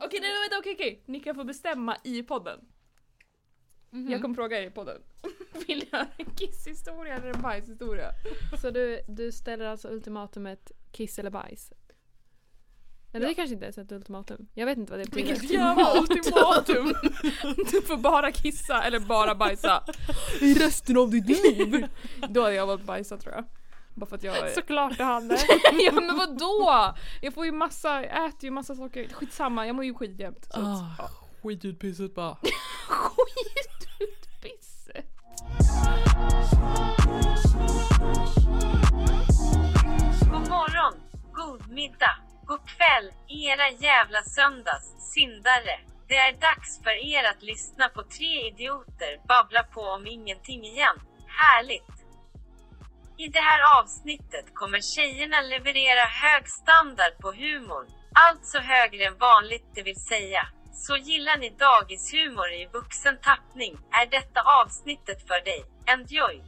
Okej. Ni kan få bestämma i podden. Jag kommer fråga er i podden. Vill jag en kisshistoria eller en bajshistoria? Så du ställer alltså ultimatumet kiss eller bajs? Eller det kanske inte är ett ultimatum. Jag vet inte vad det betyder. Vilket jävla ultimatum! Du får bara kissa eller bara bajsa i resten av ditt liv. Då hade jag valt bajsa, tror jag. Bara för att jag... Såklart du hade. Ja, men vadå? Jag får ju äter ju massa saker. Skitsamma, jag mår ju skit jämt. Skit ut pisset bara. Skit ut pisset. God morgon, god middag, god kväll, era jävla syndare. Det är dags för er att lyssna på 3 idioter babbla på om ingenting igen. Härligt! I det här avsnittet kommer tjejerna leverera hög standard på humor. Alltså högre än vanligt, det vill säga. Så gillar ni dagishumor i vuxen tappning, är detta avsnittet för dig. Enjoy!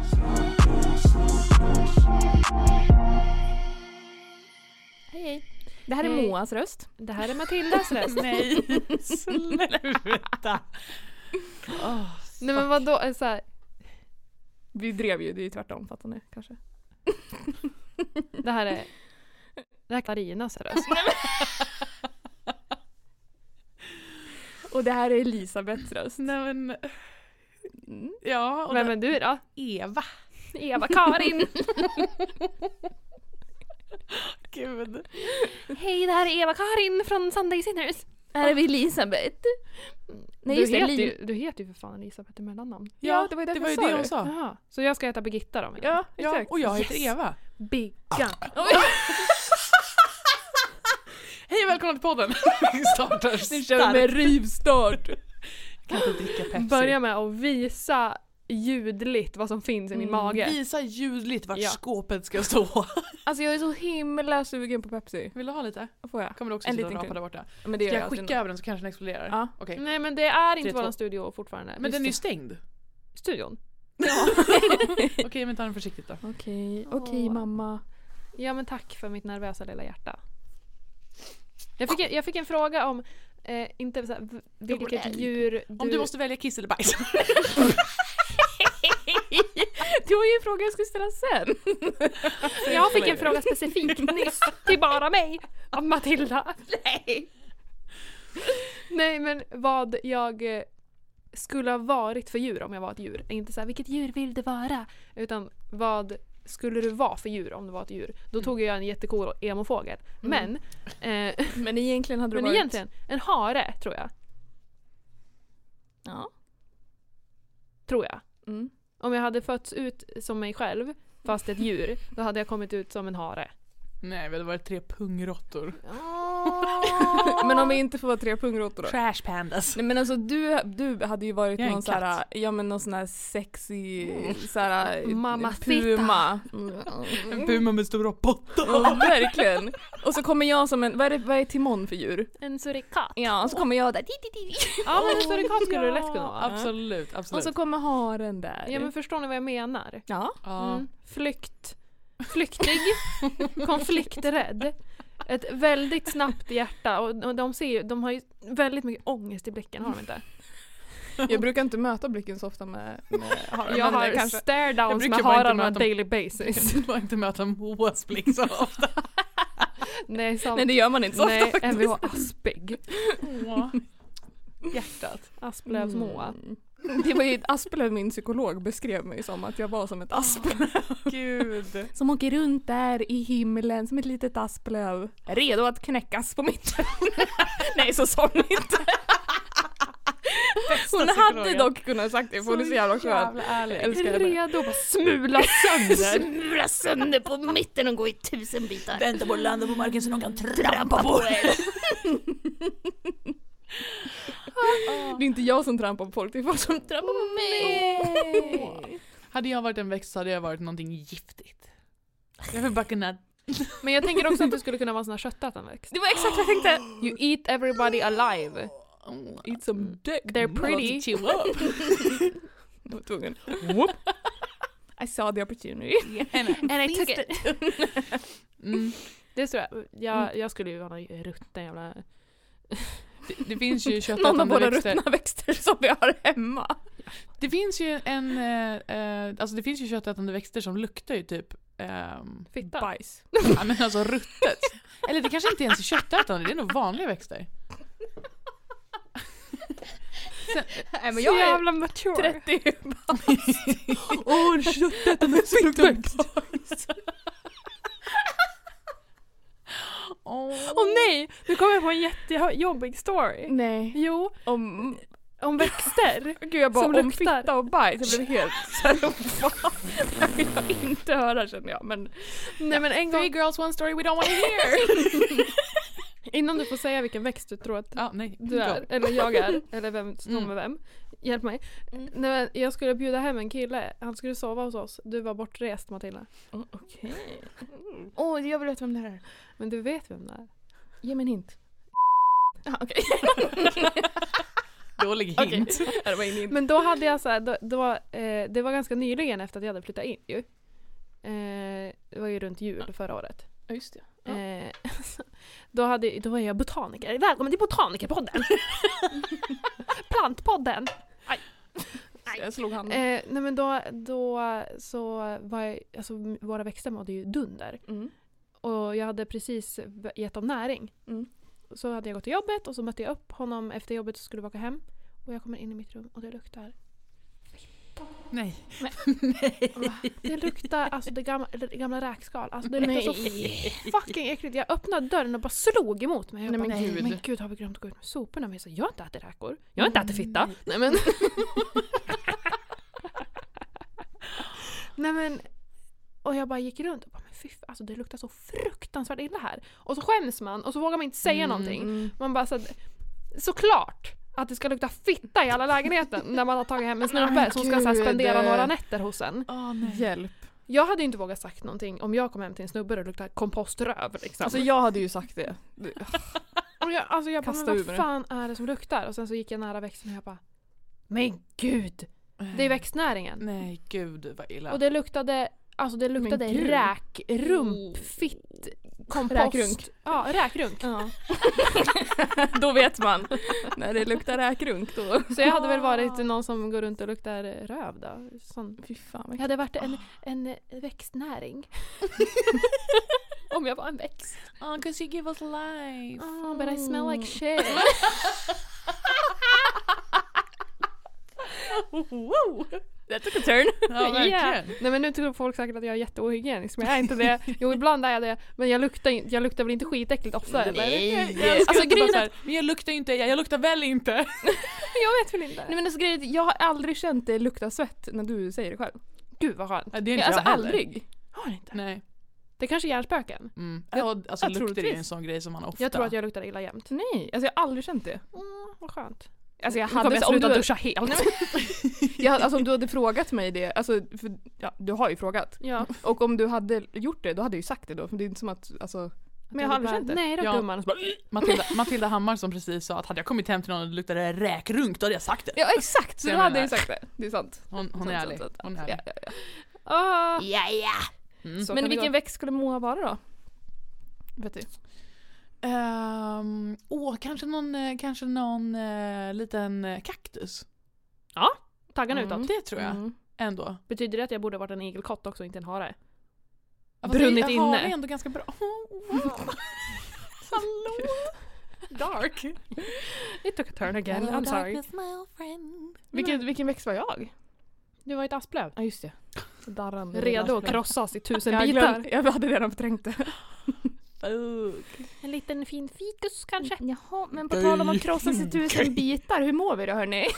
Hej. Det här är Moas röst. Det här är Matildas röst. Nej, sluta. Nej men vadå? Så här, Vi drev ju, det är ju tvärtom, fattar ni kanske? det här är Karinas röst. Och det här är Elisabeths röst. Nej men... Ja, och Vem är du då? Eva. Eva-Karin. Gud. Hej, det här är Eva-Karin från Sunday Sinners. Här är vi Elisabeth. Nej, just Du heter ju för fan Elisabeth i mellannamn. Ja, det var ju det var ju det jag sa. Jaha, så jag ska heta Birgitta då? Ja, Ja, exakt. och jag heter Eva. Bigga. Hej och välkomna till podden. Vi startar Nu kör vi med rivstart. Kan inte dricka Pepsi. Börja med att visa ljudligt vad som finns i min mage. Visa ljudligt vart Ja. skåpet ska stå. Alltså jag är så himla sugen på Pepsi. Vill du ha lite? Får jag? Kommer du också En sitta och liten rapa klunk. där borta? Men det Ska gör jag alltid skicka över den så kanske den exploderar? Ja. Okej. Nej men det är inte 3-2. våran studio fortfarande. Men den är ju stängd. Studion. Okej, men ta den försiktigt då. Okej, mamma. Ja men tack för mitt nervösa lilla hjärta. Jag fick en fråga om inte så här, vilket djur Om du måste välja kiss eller bajs. Det var ju en fråga jag skulle ställa sen. Jag fick en fråga specifikt nyss till bara mig av Matilda. Nej men vad jag skulle ha varit för djur om jag var ett djur. Inte så här, vilket djur vill du vara? Utan vad skulle du vara för djur om du var ett djur? Då tog jag en jättecool emofågel. Men Men egentligen hade du varit... egentligen en hare tror jag. Ja. Tror jag. Mm. Om jag hade fötts ut som mig själv fast ett djur, då hade jag kommit ut som en hare. Nej, vi hade varit 3 pungråttor. Men om vi inte får vara 3 pungråttor då? Trash pandas. Nej men alltså du hade ju varit Jag är en någon katt. såhär, ja men någon sån här sexy såhär Mamacita. puma. En puma med stora pottar. Ja, verkligen. Och så kommer jag som en, vad är Timon för djur? En surikat. Ja, och så kommer jag där. Ja men en surikat skulle du lätt kunna vara. Absolut. Och så kommer haren där. Ja men förstår ni vad jag menar? Ja. Ja. Flyktig, konflikträdd, ett väldigt snabbt hjärta och de har ju väldigt mycket ångest i blicken, har de inte? Jag brukar inte möta blicken så ofta med harar. Jag men har kanske. stare Jag downs brukar med bara inte harar on a möta- daily basis. Du får inte möta Moas blick så ofta. Nej, Nej, det gör man inte så nej, ofta faktiskt. MVH Aspig. Hjärtat. Asplövs Moa. Det var ju ett asplöv min psykolog beskrev mig som att jag var som ett asplöv. Gud. Som åker runt där i himlen som ett litet asplöv. Redo att knäckas på mitten. Nej, så sa hon inte. Hon hade dock kunnat sagt det, för hon är så jävla skön. Älskar henne. Redo att smula sönder. Smula sönder på mitten och gå i 1000 bitar. Vänta på att landa på marken så någon kan trampa på er. Det är inte jag som trampar på folk, det är folk som trampar på mig. Hade jag varit en växt så hade jag varit någonting giftigt. Jag vill bara kunna... Men jag tänker också att du skulle kunna vara en sån här köttätande växt. Det var exakt vad jag tänkte. You eat everybody alive. Eat some dick. They're pretty. Chill up. Jag var tvungen. I saw the opportunity. And I took it. Mm. Det tror jag. Jag skulle ju vara en rutten jävla Det finns ju Någon av köttätande våra växter. ruttna växter som vi har hemma. Det finns ju alltså det finns ju köttätande växter som luktar ju typ Fitta. Bajs. ja, men alltså ruttet. Eller det kanske inte ens är köttätande, det är nog vanliga växter. Sen, Nej, men Så jag är jävla mature. 30 Åh, köttätande fittväxt. Åh nej, nu kommer jag på en jättejobbig story. Nej. Jo, om växter. Gud, jag bara Som om luktar. fitta och bajs. Jag blev helt såhär, fan. Jag vill inte höra, känner jag. Men Nej men en gång, 3 girls, 1 story we don't want to hear. innan du får säga vilken växt du tror att Nej. du är, eller jag är, eller vem som är vem. Hjälp mig. Nej, men jag skulle bjuda hem en kille, han skulle sova hos oss. Du var bortrest, Matilda. okej. Åh, jag vill veta vem det här är. Men du vet vem det är. Ge mig en hint. Okej. Dålig hint. Det var ingen hint. Men då hade jag så här, det var ganska nyligen efter att jag hade flyttat in ju. Det var ju runt jul förra året. Ja, just det. Ja. Då var jag botaniker. Välkommen till Botanikerpodden! Plantpodden! Jag slog handen. Nej men då så var jag, alltså våra växter mådde ju dunder. Och jag hade precis gett dem näring. Så hade jag gått till jobbet och så mötte jag upp honom efter jobbet och skulle åka hem. Och jag kommer in i mitt rum och det luktar. Nej. Det luktar alltså det gamla räkskal. Alltså det luktar så fucking äckligt. Jag öppnade dörren och bara slog emot mig. Jag Nej, bara, men gud. men gud, har vi glömt att gå ut med soporna? Men jag sa, jag har inte ätit räkor. Jag har inte ätit fitta. Nej men. Nej men. Och jag bara gick runt och bara, men fy, alltså det luktar så fruktansvärt illa här. Och så skäms man och så vågar man inte säga någonting. Man bara såklart att det ska lukta fitta i alla lägenheten när man har tagit hem en snubbe som ska så här spendera några nätter hos en. Hjälp. Jag hade ju inte vågat sagt någonting om jag kom hem till en snubbe och det luktar kompoströv liksom. Alltså jag hade ju sagt det. Och jag bara, Kasta men ur vad mig. fan är det som luktar? Och sen så gick jag nära växten och jag bara, men gud! Det är växtnäringen. Nej, gud vad illa. Och det luktade Men gud. räkrump, fitt, kompost. Räkrunk. Ja, räkrunk. Ja. Då vet man. När det luktar räkrunk då. Så jag hade väl varit någon som går runt och luktar röv då. Sån. Fy fan. Jag hade varit en växtnäring. Om jag var en växt. Oh, 'cause you give us life. Oh, but I smell like shit. Wow. That took a turn. Ja, verkligen. Nej men nu tror folk säkert att jag är jätteohygienisk, men jag är inte det. Jo, ibland är jag det, men jag luktar väl inte skitäckligt ofta eller? Alltså grejen är, men jag luktar inte, jag luktar väl inte. Jag vet väl inte. Nej men alltså grejen, jag har aldrig känt det lukta svett när du säger det själv. Gud vad skönt. Ja, det är inte Alltså jag heller. aldrig. Har inte. Nej. Det kanske är hjärnspöken. Ja, alltså jag lukter är troligtvis. en sån grej som man ofta... Jag tror att jag luktar illa jämt. Nej, alltså jag har aldrig känt det. Vad skönt. Alltså jag Nu kommer hade jag om sluta du, duscha helt. alltså om du hade frågat mig det, alltså för, ja, du har ju frågat. Ja. Och om du hade gjort det, då hade jag ju sagt det då, för det är inte som att, alltså, men jag har aldrig känt det. Nej, Ja. dumman. Matilda Hammar som precis sa att hade jag kommit hem till någon och det luktade räkrunk, då hade jag sagt det. Ja exakt, så Jag då hade jag menar. ju sagt det. Det är sant. Hon Sant, är ärlig. sant, sant. Hon är ärlig. Ja. Så Men kan det vilken gå. växt skulle Moa vara då? Vet du? Kanske någon liten kaktus. Taggarna utåt. Det tror jag ändå. Betyder det att jag borde varit en igelkott också, inte en hare? Ja, Brunnit det inne. är ändå ganska bra. Hallå. Dark. It took a turn again, I'm sorry. Vilken växt var jag? Du var ett asplöv. Ja just det. Darrande. Redo att krossas i 1000 jag bitar. glömde, jag hade redan förträngt det. En liten fin fikus kanske. Jaha, men på tal om att krossas i 1000 bitar, hur mår vi då hörni?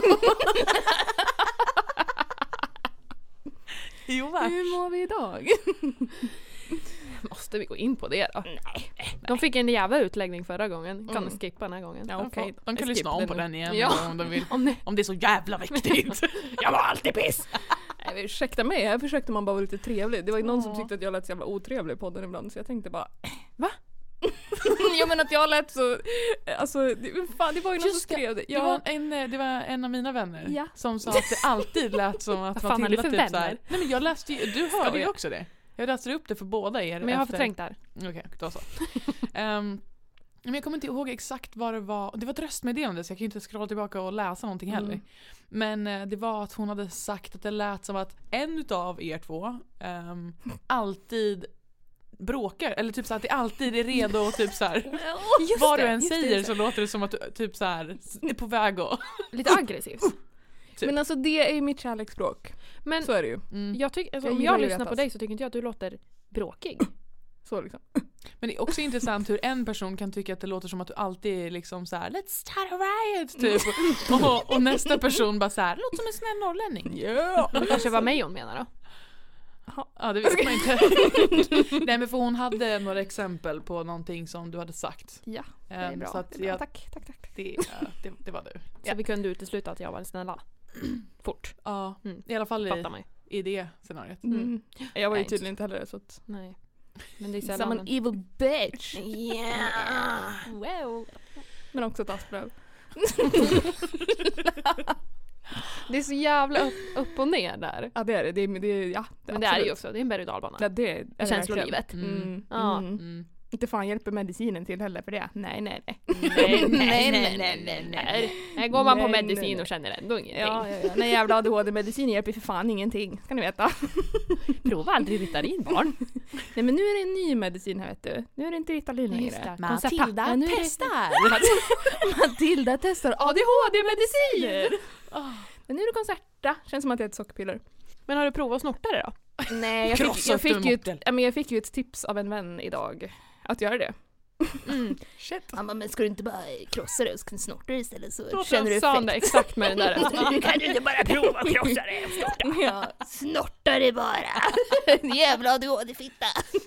Jo, Hur mår vi idag? Måste vi gå in på det då? Nej. De fick en jävla utläggning förra gången. Kan du skippa den här gången? Ja, okej. De kan lyssna om på den igen Ja. om de vill. Om ni... Om det är så jävla viktigt. Jag var alltid piss. Nej, ursäkta mig, här försökte man bara vara lite trevlig. Det var ju någon som tyckte att jag lät så jävla otrevlig i podden ibland, så jag tänkte bara, va? Jag menar att jag lät så, alltså, det var ju någon som skrev det. Det var en av mina vänner Ja. som sa att det alltid lät som att Vad fan är det Matilda för typ så här. vänner? Nej men jag läste ju, du hörde ju jag? också det. Jag läste upp det för båda er. Men jag har efter- förträngt där. Okej, då så. Men jag kommer inte ihåg exakt vad det var. Det var ett röstmeddelande så jag kan inte scrolla tillbaka och läsa någonting heller. Men det var att hon hade sagt att det lät som att en utav er två alltid bråkar. Eller typ så att det alltid är redo och typ så här. Vad du än säger så låter det som att du typ så här är på väg och... Lite aggressivt. Typ. Men alltså det är ju mitt kärleksspråk. Men Så är det ju. jag tycker, alltså, Jag om gillar jag ju lyssnar på vetas. dig så tycker inte jag att du låter bråkig. Så liksom. Men det är också intressant hur en person kan tycka att det låter som att du alltid är liksom så här: let's start a riot typ. och nästa person bara så här: låter som en snäll norrlänning. Ja. Det kanske var mig hon menar då. Ja, det vet man inte. Nej, men för hon hade några exempel på någonting som du hade sagt. Ja, det är bra. Så att Det är bra. jag, Tack. det var du. Så vi kunde utesluta att jag var snälla. Fort. Ja, Mm. i alla fall Fattar mig. i det scenariot. Jag var ju Nej. tydligen inte heller så att... Nej. Men det är Som sällan. en evil bitch. Yeah. Well. Men också ett asplöv. Det är så jävla upp och ner där. Ja det är det. Men det är Men det är det ju också. Det är en berg- och dalbana. Ja, det är det Känslolivet. verkligen. Ja. Inte fan hjälper medicinen till heller för det. Nej. Nej. Här går man på Nej, medicin nej. och känner ändå ingenting. Ja. Den jävla ADHD-medicin hjälper för fan ingenting. Ska ni veta. Prova aldrig Ritalin, barn. Nej men nu är det en ny medicin här vet du. Nu är det inte Ritalin längre. Just det. Matilda Ja, nu är det- testar! Matilda testar ADHD-medicin! Men nu är det Concerta. Känns som att det är ett sockerpiller. Men har du provat att snorta det då? Nej, jag fick ju ett tips av en vän idag att göra det. Shit. Han bara, men ska du inte bara krossa det och ska snorta det istället så Då känner du sa han det effekt. exakt med den där. Nu kan du inte bara prova att krossa det och snorta. Ja, snorta det bara. Jävla ADHD-fitta.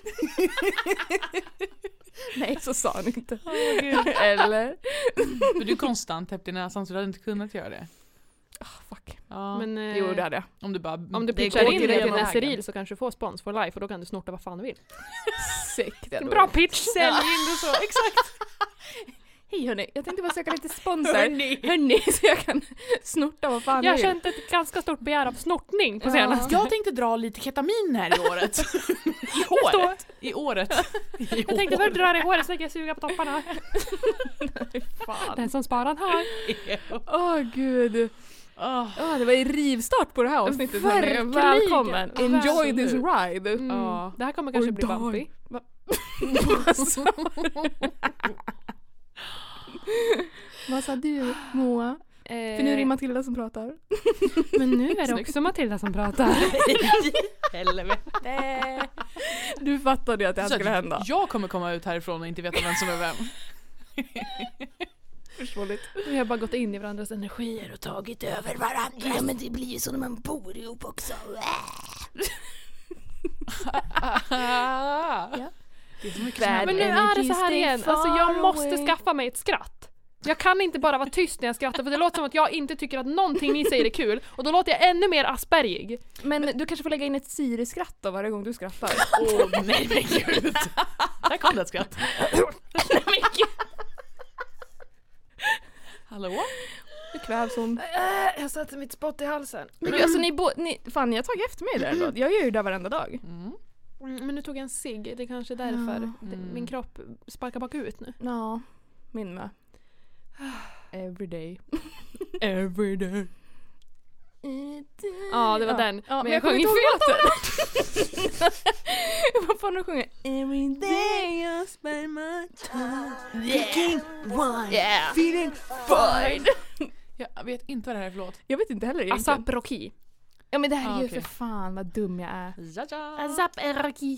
Nej, så sa han inte. Eller? För du är konstant täppt i näsan så du hade inte kunnat göra det. Fuck. Ja. Men Jo, det hade jag. Om du bara... om du Det pitchar går in till det det till hela Nesteril så kanske du får spons for life och då kan du snorta vad fan du vill. Sick. Bra pitch! Sälj in det så, exakt. Hej hörni, jag tänkte bara söka lite sponsor. Hörni, så jag kan snorta vad fan Jag har jag vill. känt ett ganska stort begär av snortning på Ja. senaste. Jag tänkte dra lite ketamin här i året. I året. Jag tänkte först dra det i håret så jag suga på topparna. Fan. Den som sparar har. Åh gud. Det var en rivstart på det här avsnittet. hörni. Verkligen. Välkommen. Ja, Enjoy this absolut. ride. Ja. Det här kommer kanske Or bli die. bumpy. Vad sa du, Moa? För nu är det Matilda som pratar. Men nu är det också Matilda som pratar. Helvete. Du fattade ju att det här Så skulle hända. jag kommer komma ut härifrån och inte veta vem som är vem. Förståeligt. Vi har bara gått in i varandras energier och Tagit över varandra. Ja, men det blir ju så när man bor ihop också. Ja. Det är så mycket som Men händer. nu är det så här Stay igen. Alltså jag far måste away. skaffa mig ett skratt. Jag kan inte bara vara tyst när jag skrattar för det låter som att jag inte tycker att någonting ni säger är kul och då låter jag ännu mer aspergig. Men du kanske får lägga in ett Siri-skratt då varje gång du skrattar. Nej men gud. Där kom det ett skratt. Hallå? Nu kvävs hon. Jag satte mitt spott i halsen. Men gud, alltså fan ni har tagit efter mig där då. Jag gör ju det varenda dag. Men nu tog jag en cigg, det är kanske därför. Min kropp sparkar bakut nu. Ja, min med. Every day. Every day. Ja, det var den. Ja, men jag sjöng i fel ton. Vad fan du sjunger? Every day I spend my time drinking wine, feeling fine. Jag vet inte vad det här är för låt. Jag vet inte heller egentligen. Asap Rocky. Ja men det här är ju okej. för fan vad dum jag är. Jaja. Asap Rocky.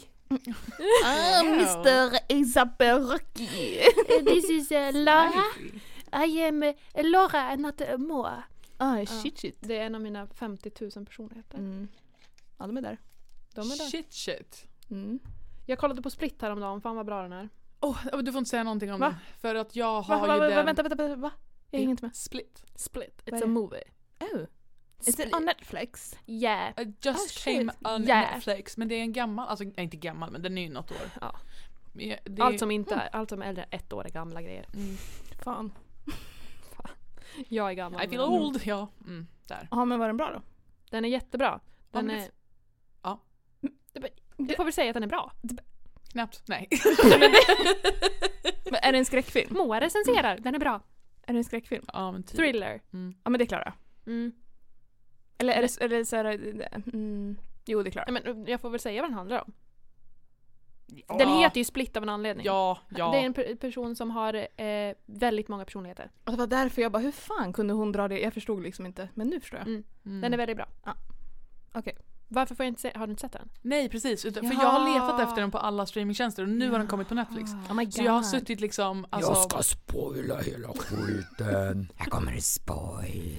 Mr. Asap Rocky. This is Laura. I am Laura, not Moa. Shit. Det är en av mina 50 000 personligheter. Ja, de är där. De är där. Shit. Jag kollade på Split häromdagen, fan vad bra den är. Du får inte säga någonting om Va? det. För att jag har ju den... Vänta, va? Jag hänger inte med. Split. Split, Vad är it's det? a movie. Oh. Is it on Netflix? Yeah. I just came on Netflix. Men det är en gammal, alltså inte gammal men den är ju något år. Ja. Men det, Allt som inte är, allt som är äldre än 1 år är gamla grejer. Fan. Jag är gammal. I feel old. Ja, där. Ja, men var den bra då? Den är jättebra. Den men är... Ja. Du får väl säga att den är bra. Knappt, nej. Men är det en skräckfilm? Moa recenserar, den är bra. Är det en skräckfilm? Ja, men typ. Thriller. Ja, men det är Klara. Eller är det så här... Jo, det är Klara. Ja, men jag får väl säga vad den handlar om. Den heter ju Split av en anledning. Ja. Det är en person som har väldigt många personligheter. Och det var därför jag bara, hur fan kunde hon dra det? Jag förstod liksom inte, men nu förstår jag. Den är väldigt bra. Ja. Okej. Varför får jag inte se? Har du inte sett den? Nej, precis. För jag har letat efter den på alla streamingtjänster och nu har den kommit på Netflix. Oh my God. Så jag har suttit liksom... Alltså, jag ska spoila hela skiten. Jag kommer spoila.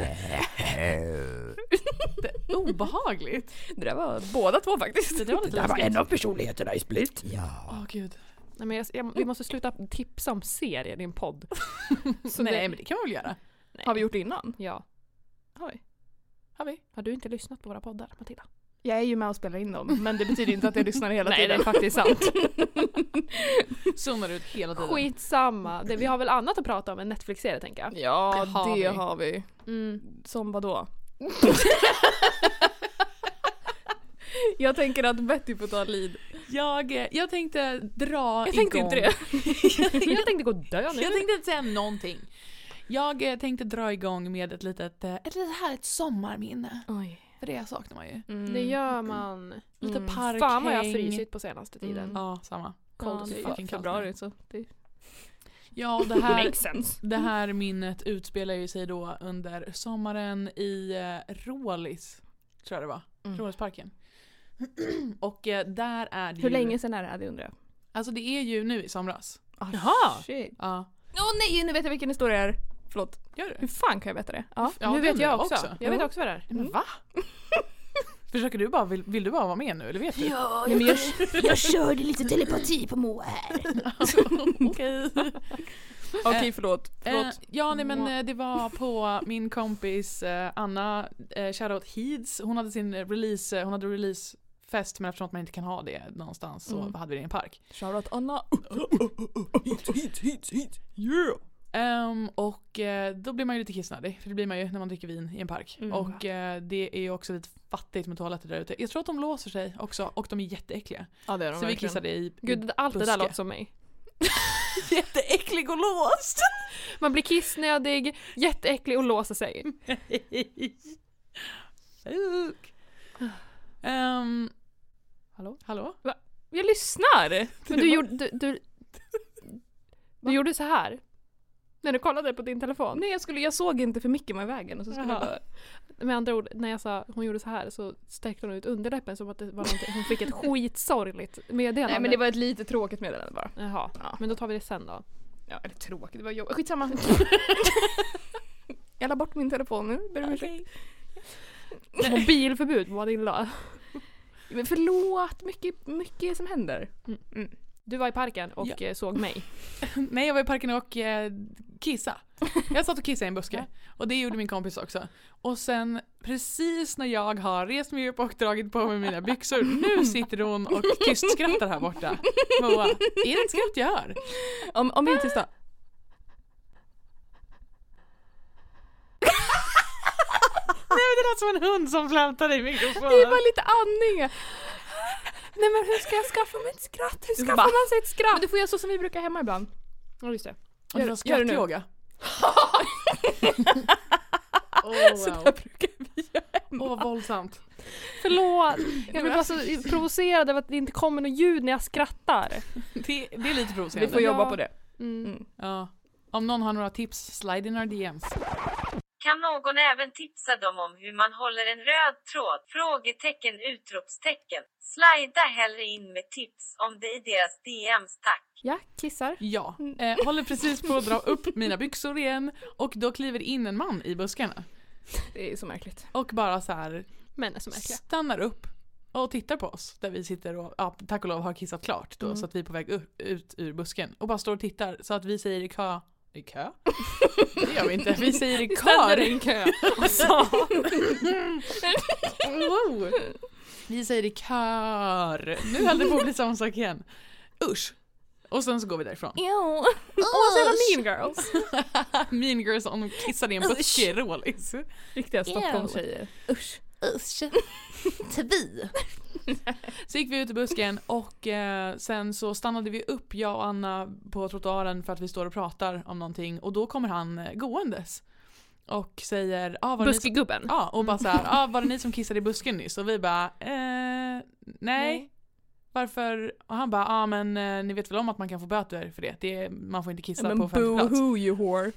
det är obehagligt. Det där var båda två faktiskt. Det var lite Det här var läskigt. en av personligheterna i Split. Ja. Gud. Nej, men vi måste sluta tipsa om serier i en podd. Så nej, men det kan vi väl göra. Nej. Har vi gjort det innan? Ja. Har vi? Har du inte lyssnat på våra poddar, Matilda? Jag är ju med och spelar in dem, men det betyder inte att jag lyssnar hela Nej, tiden. det är faktiskt sant. Zoomar ut hela tiden. Skitsamma. Vi har väl annat att prata om än Netflix-serier, tänker jag. Ja, Det det har har vi. Som vadå? Jag tänker att Betty får ta lead. Jag tänkte dra Jag tänkte igång. inte det. Jag tänkte gå och dö nu. Jag tänkte inte säga någonting. Jag tänkte dra igång med ett litet härligt sommarminne. Oj. För det saknar man ju. Det gör man. Lite parkhäng. Fan vad jag har frysit på senaste tiden. Ja, samma. Ja, det är fucking kallt. februari så det Ja, och det här, makes sense. det här minnet utspelar ju sig då under sommaren i Rålis, tror jag det var. Rålisparken. Och där är det Hur ju... länge sedan är det undrar jag? Alltså det är ju nu i somras. Jaha! Shit. Ja. Nej, nu vet jag vilken historia det är. Förlåt. Gör du? Hur fan kan jag veta det? Ja. Ja, nu det vet undrar jag också. Jag vet också vad det är. Men va? Försöker du bara, vill du bara vara med nu eller vet du? Ja, jag körde lite telepati på Moa här. Okej. Okej, förlåt. Ja, nej men det var på min kompis Anna, shoutout Heeds. Hon hade sin releasefest, men eftersom att man inte kan ha det någonstans så hade vi det i en park. Shoutout Anna. Hit. Yeah. Och då blir man ju lite kissnödig, för det blir man ju när man dricker vin i en park. Och det är ju också lite fattigt med toaletter där ute. Jag tror att de låser sig också, och de är jätteäckliga. Ja, det är de Så vi verkligen. kissade i Gud, allt det där buske. låter som mig. Jätteäcklig och låst. Man blir kissnödig, jätteäcklig och låser sig. Hallå? Jag lyssnar! Men du gjorde så här. När du kollade på din telefon. Nej, jag såg inte för mycket med vägen och så skulle jag bara... Med andra ord, när jag sa hon gjorde så här så sträckte hon ut underläppen som att det var någonting. Hon fick ett skitsorgligt meddelande. Nej, men det var ett lite tråkigt meddelande bara. Jaha, Ja. men då tar vi det sen då. Ja, eller tråkigt, det var jobbigt. Skitsamma. Jag la bort min telefon nu. Ber om ursäkt. Mobilförbud var din lag. Men förlåt, mycket som händer. Du var i parken och såg mig. Nej, jag var i parken och kissa. Jag satt och kissade i en buske. Och det gjorde min kompis också. Och sen, precis när jag har rest mig upp och dragit på mig mina byxor, nu sitter hon och tyst skrattar här borta. Moa, är det ett skratt jag hör? Om vi är tysta. Nej, men det lät som en hund som flämtade i mikrofonen. Det var lite andning. Nej, men hur ska jag skaffa mig ett skratt? Hur skaffar man sig ett skratt? Men du får göra så som vi brukar hemma ibland. Ja, just det. Och det var Gör det nu. skrattyoga. Så där brukar vi göra hemma. Åh, vad våldsamt. Förlåt. Jag blir bara så provocerad av att det inte kommer något ljud när jag skrattar. Det är lite Vi provocerande. får jobba på det. Ja. Om någon har några tips, slide in our DMs. Kan någon även tipsa dem om hur man håller en röd tråd? Frågetecken, utropstecken. Slida hellre in med tips om det i deras DMs, tack. Ja, kissar. Ja, håller precis på att dra upp mina byxor igen och då kliver in en man i buskarna. Det är så märkligt. Och bara så här Men är så märkliga. stannar upp och tittar på oss där vi sitter och tack och lov har kissat klart då, så att vi är på väg ut ur busken och bara står och tittar så att vi säger i kö. I kö? Det gör vi inte. Vi säger i kör. I kö. Wow. Vi säger i kör. Nu höll det på att bli samma sak igen. Usch. Och sen så går vi därifrån. Ew. Så jävla mean girls. Mean girls om de kissade i en buske i Rålis. Riktiga Stockholmstjejer. Usch. Så gick vi ut i busken och sen så stannade vi upp, jag och Anna, på trottoaren för att vi står och pratar om någonting. Och då kommer han gåendes och säger Buskegubben. Ja, och bara så här, var det ni som kissade i busken nyss? Och vi bara, nej. Varför? Och han bara, men ni vet väl om att man kan få böter för det? Man får inte kissa på offentlig plats. Men boo-hoo, you whore.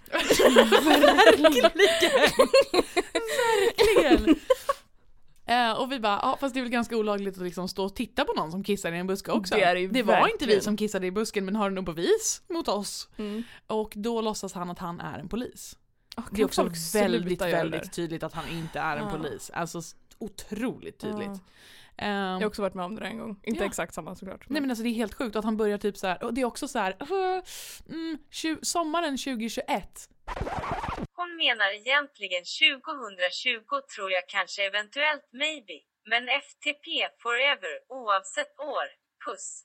Verkligen. Och vi bara, fast det är väl ganska olagligt att liksom stå och titta på någon som kissar i en buske också. Det var inte vi som kissade i busken, men har någon bevis mot oss. Och då låtsas han att han är en polis. Det är också väldigt tydligt att han inte är en polis. Alltså otroligt tydligt. Jag har också varit med om det en gång. Inte exakt samma såklart. Nej, men alltså det är helt sjukt att han börjar typ så här. Och det är också så här, sommaren 2021. Hon menar egentligen 2020 tror jag, kanske eventuellt maybe. Men FTP forever oavsett år. Puss.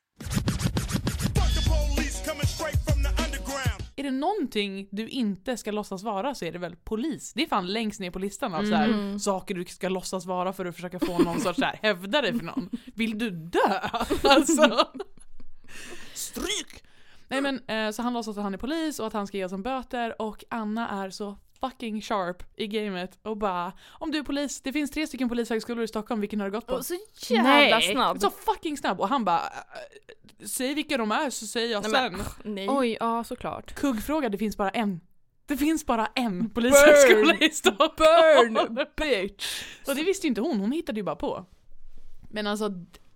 Är det någonting du inte ska låtsas vara så är det väl polis. Det är fan längst ner på listan av så här, saker du ska låtsas vara för att försöka få någon sorts så här, hävda dig för någon. Vill du dö? Alltså. Stryk! Nej men så han låtsas att han är polis och att han ska ge oss en böter, och Anna är så fucking sharp i gamet och bara, om du är polis, det finns 3 stycken polishögskolor i Stockholm, vilken har du gått på? Så jävla snabb. Så fucking snabb. Och han bara, säg vilka de är så säger jag sen. Nej. Oj, ja såklart. Kuggfråga, det finns bara en. Det finns bara en polishögskola i Stockholm. Burn, bitch. Och det visste ju inte hon hittade ju bara på. Men alltså,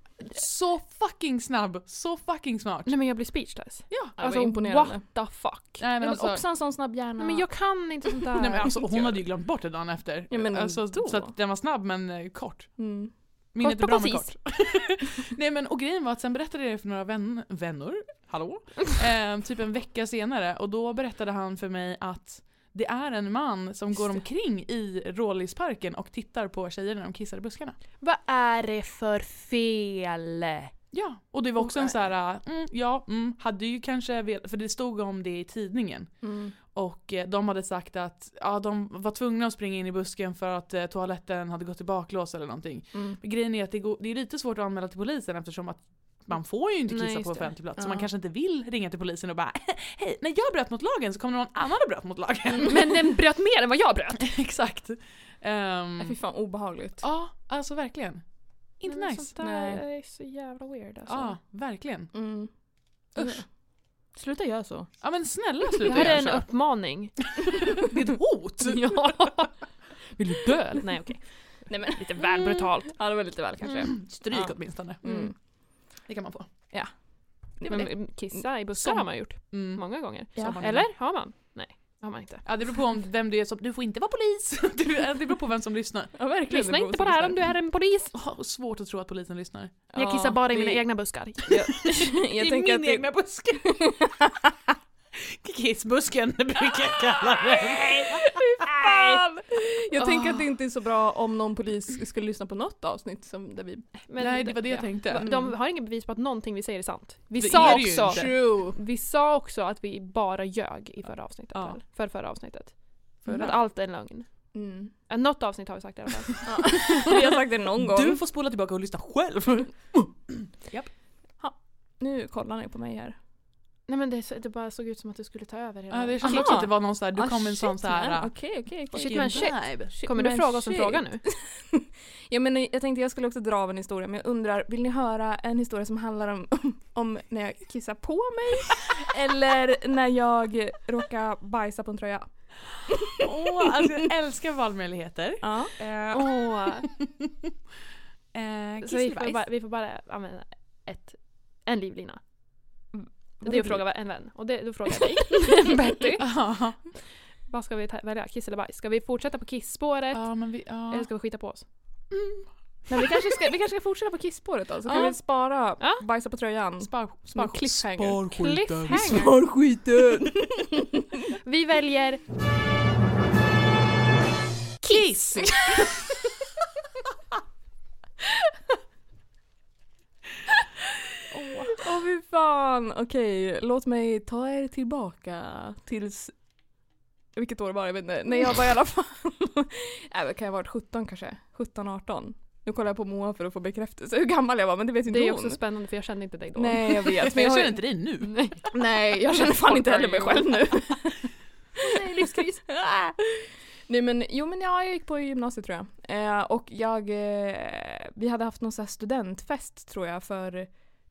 så fucking snabb, så fucking smart. Nej men jag blir speechless. Ja, alltså imponerande. what the fuck. Nej, men alltså, också en sån snabb hjärna. Nej, men jag kan inte sånt där. nej, men alltså, hon hade ju glömt bort det dagen efter. Ja, men alltså, då. så att den var snabb men kort. Kort Minnet är bra och men precis. kort. Nej men, och grejen var att sen berättade jag det för några vänner, hallå? Typ en vecka senare, och då berättade han för mig att det är en man som går omkring i Rålisparken och tittar på tjejer när de kissar i buskarna. Vad är det för fel? Ja, och det var också en så här, hade ju kanske för det stod om det i tidningen. Och de hade sagt att de var tvungna att springa in i busken för att toaletten hade gått i baklås eller någonting. Men grejen är att det är lite svårt att anmäla till polisen eftersom att man får ju inte kissa på offentlig plats. Så man kanske inte vill ringa till polisen och bara, hej, när jag bröt mot lagen så kom någon annan och bröt mot lagen. Men den bröt mer än vad jag bröt. Exakt. Fy fan obehagligt. Ja, alltså verkligen. Inte Nej, nice. Sånt där är så jävla weird alltså. Ja, verkligen. Usch. Sluta göra så. Ja men snälla Det sluta här är göra en så. uppmaning. Det är ett hot. Ja. Vill du dö? Nej okej. Nej men Lite väl brutalt. ja, det var lite väl kanske. Stryk åtminstone. Det kan man få. Ja. Men kissa i buskar har man gjort många gånger. Ja. Eller har man? Nej, har man inte. Ja, det beror på om vem du är som, du får inte vara polis. Det beror på vem som lyssnar. Ja, verkligen. Lyssna inte på det här om du är en polis. Svårt att tro att polisen lyssnar. Jag kissar bara i mina egna buskar. Jag I tänker min att egna buske. Kissbusken brukar jag kalla det. Jag tänker att det inte är så bra om någon polis skulle lyssna på något avsnitt som där vi... Men nej, det var det jag tänkte. De har ingen bevis på att någonting vi säger är sant. Vi Det sa är det ju också inte. True. vi sa också att vi bara ljög i förra avsnittet. Ja. Väl? Förra avsnittet. Förra. Att allt är en lögn. Något avsnitt har vi sagt i alla fall. Vi har sagt det någon gång. Du får spola tillbaka och lyssna själv. Nu kollar ni på mig här. Nej men det bara såg ut som att du skulle ta över hela. Ja, det känns också att det var någon så här, du kom en sån så här. Okej. Shit men shit. Kommer men du fråga oss en shit. fråga nu? Ja, men jag tänkte jag skulle också dra av en historia, men jag undrar, vill ni höra en historia som handlar om när jag kissar på mig eller när jag råkar bajsa på en tröja? Alltså jag älskar valmöjligheter. Ja. Så vi får bara använda en livlina. Det är att fråga en vän. Och då frågar jag dig, Betty. Vad ska vi välja? Kiss eller bajs? Ska vi fortsätta på kisspåret? Eller ska vi skita på oss? Men vi kanske ska fortsätta på kisspåret då. Så kan vi spara bajsa på tröjan. Som en cliffhanger. Cliffhanger. Skiten. Vi väljer Kiss! Åh fy fan. Okej, låt mig ta er tillbaka tills vilket år var det? Jag vet inte. Nej, jag var i alla fall kan jag ha varit 17 kanske, 17-18. Nu kollar jag på Moa för att få bekräftelse hur gammal jag var, men det vet inte Det är hon. också spännande för jag kände inte dig då. Nej, jag vet. Men jag känner inte dig nu. Nej, jag känner fan inte heller mig själv nu. Nej, livskris. Nej, men jag gick på gymnasiet tror jag. Och vi hade haft någon så här studentfest tror jag för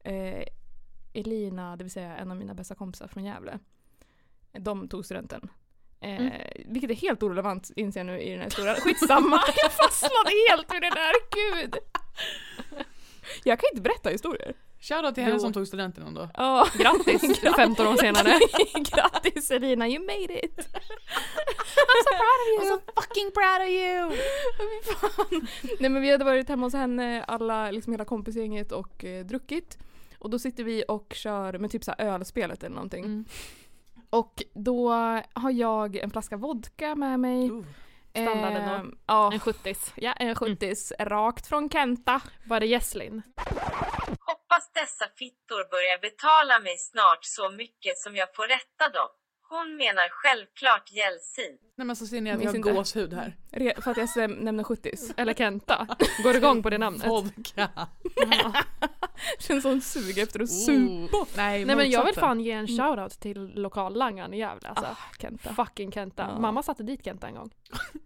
Elina, det vill säga en av mina bästa kompisar från Gävle. De tog studenten. Vilket är helt orelevant inser jag nu i den här historien. Skitsamma, jag fastnade helt i det där, gud. Jag kan inte berätta historier. Shoutout till henne som tog studenten ändå. Ja, Grattis, 15 år senare. Grattis Elina, you made it. I'm so proud of you. I'm so fucking proud of you. Fan. Nej, men vi hade varit hemma hos henne, alla, liksom hela kompisgänget och druckit. Och då sitter vi och kör med typ så här ölspelet eller någonting. Och då har jag en flaska vodka med mig. Standarden då. Ja, En 70s. ja, en 70s rakt från Kenta. Var det Jesslin? Hoppas dessa fittor börjar betala mig snart så mycket som jag får rätta dem. Hon menar självklart Jelsin. Nej, men så ser ni att Minns jag har inte. gåshud här. För att jag nämner 70s. Eller Kenta. Går igång på det namnet? Vodka. Känns som sug efter att supa. Nej, Nej, men jag vill motsatsen. fan ge en shoutout till lokallangaren i Gävle. Alltså. Kenta. Fucking Kenta. Ja. Mamma satte dit Kenta en gång.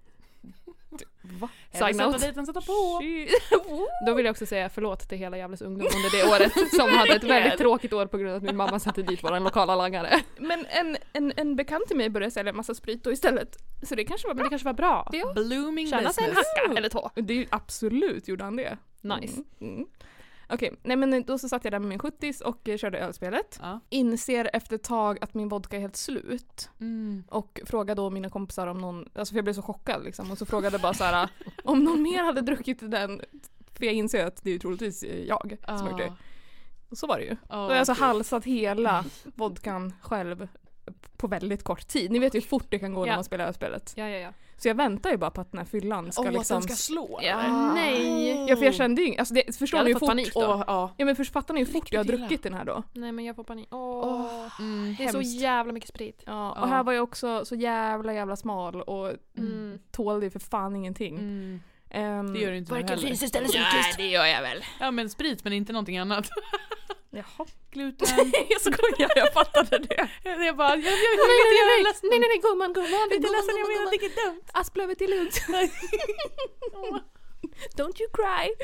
Va? Side Sätta note. dit den, sätta på. Då vill jag också säga förlåt till hela Gävles ungdom under det året som hade ett väldigt tråkigt år på grund av att min mamma satte dit våran lokala langare. Men en bekant till mig började sälja en massa sprit då istället. Så det kanske var Men bra. det kanske var bra. Ja. Blooming Tjäna sig en business. hacka eller två. Det är ju absolut gjorde han det. Nice. Okej, nej men då så satt jag där med min 70s och körde ölspelet. Ja. Inser efter ett tag att min vodka är helt slut. Och frågade då mina kompisar om någon, alltså för jag blev så chockad liksom. Och så frågade bara så här om någon mer hade druckit den. För jag inser att det är ju troligtvis jag som gjort det. Och så var det ju. Då har jag alltså halsat hela vodkan själv på väldigt kort tid. Ni vet ju hur fort det kan gå när man spelar ölspelet. Ja. Så jag väntar ju bara på att den här fyllan ska liksom... att den ska slå? Nej. Ja, för jag kände ju... Alltså det, förstår Jag ni hade hur fått fort... panik då. Ja, men fattar ni hur fort jag har Riktigt druckit den här då? Nej, men jag får panik. Det är så hemskt. jävla mycket sprit. Ja, och här var jag också så jävla smal och Mm. tålde ju för fan ingenting. Det gör du inte nu heller. istället det gör jag väl. Ja, men sprit men inte någonting annat. Jaha. Gluten. Jag skojar, jag fattade det. Jag bara, jag Nej, gumman. inte ledsen, jag menar det är dumt. Asplövet är lugnt. Don't you cry.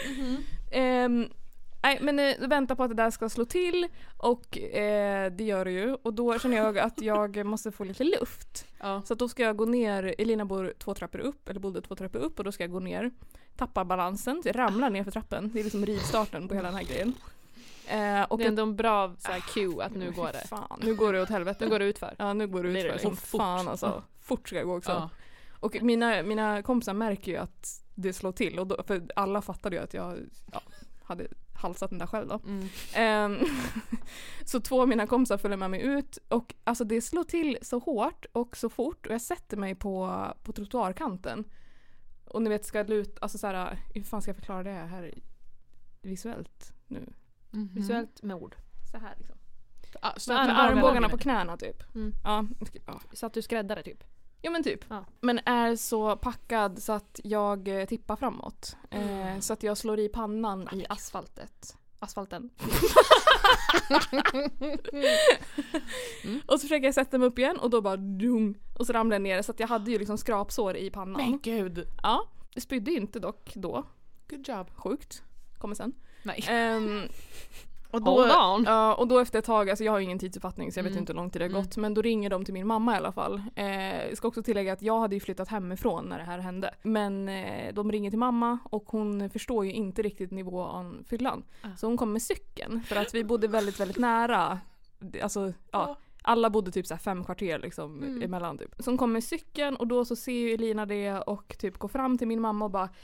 Nej, men vänta på att det där ska slå till och det gör det ju. Och då känner jag att jag måste få lite luft. Ja. Så att då ska jag gå ner, Elina bor 2 trappor upp, eller bodde 2 trappor upp och då ska jag gå ner, tappar balansen, så jag ramlar ner för trappen. Det är liksom rivstarten på hela den här grejen. Och Det är ändå en bra så här, cue att nu går det. Fan, nu går det åt helvete. Nu går det utför. Ja, nu går det Blir utför. det Som liksom fan alltså. Fort ska jag gå också. Ja. Och mina kompisar märker ju att det slår till. Och då, för alla fattade ju att jag hade halsat den där själv då. Så 2 av mina kompisar följer med mig ut. Och alltså det slår till så hårt och så fort. Och jag sätter mig på trottoarkanten. Och ni vet, ska luta, alltså såhär, hur fan ska jag förklara det här visuellt nu? Visuellt med ord. Så här liksom. Med Armbågarna på knäna typ. Mm. Ja. Så att du skräddare typ. Ja men typ. Ja. Men är så packad så att jag tippar framåt. Så att jag slår i pannan i asfalten. Och så försöker jag sätta mig upp igen och då bara dung. Och så ramlar jag ner så att jag hade ju liksom skrapsår i pannan. Men gud. Ja, det spydde inte dock då. Good job. Sjukt. Kommer sen. Nej. Och Hold on. Ja, och då efter ett tag, alltså jag har ju ingen tidsuppfattning så jag vet inte hur lång tid det har gått, men då ringer de till min mamma i alla fall. Jag ska också tillägga att jag hade ju flyttat hemifrån när det här hände. Men de ringer till mamma och hon förstår ju inte riktigt nivån fyllan. Så hon kom med cykeln för att vi bodde väldigt, väldigt nära. Alltså, alla bodde typ så här 5 kvarter liksom emellan typ. Så hon kom med cykeln och då så ser ju Elina det och typ går fram till min mamma och bara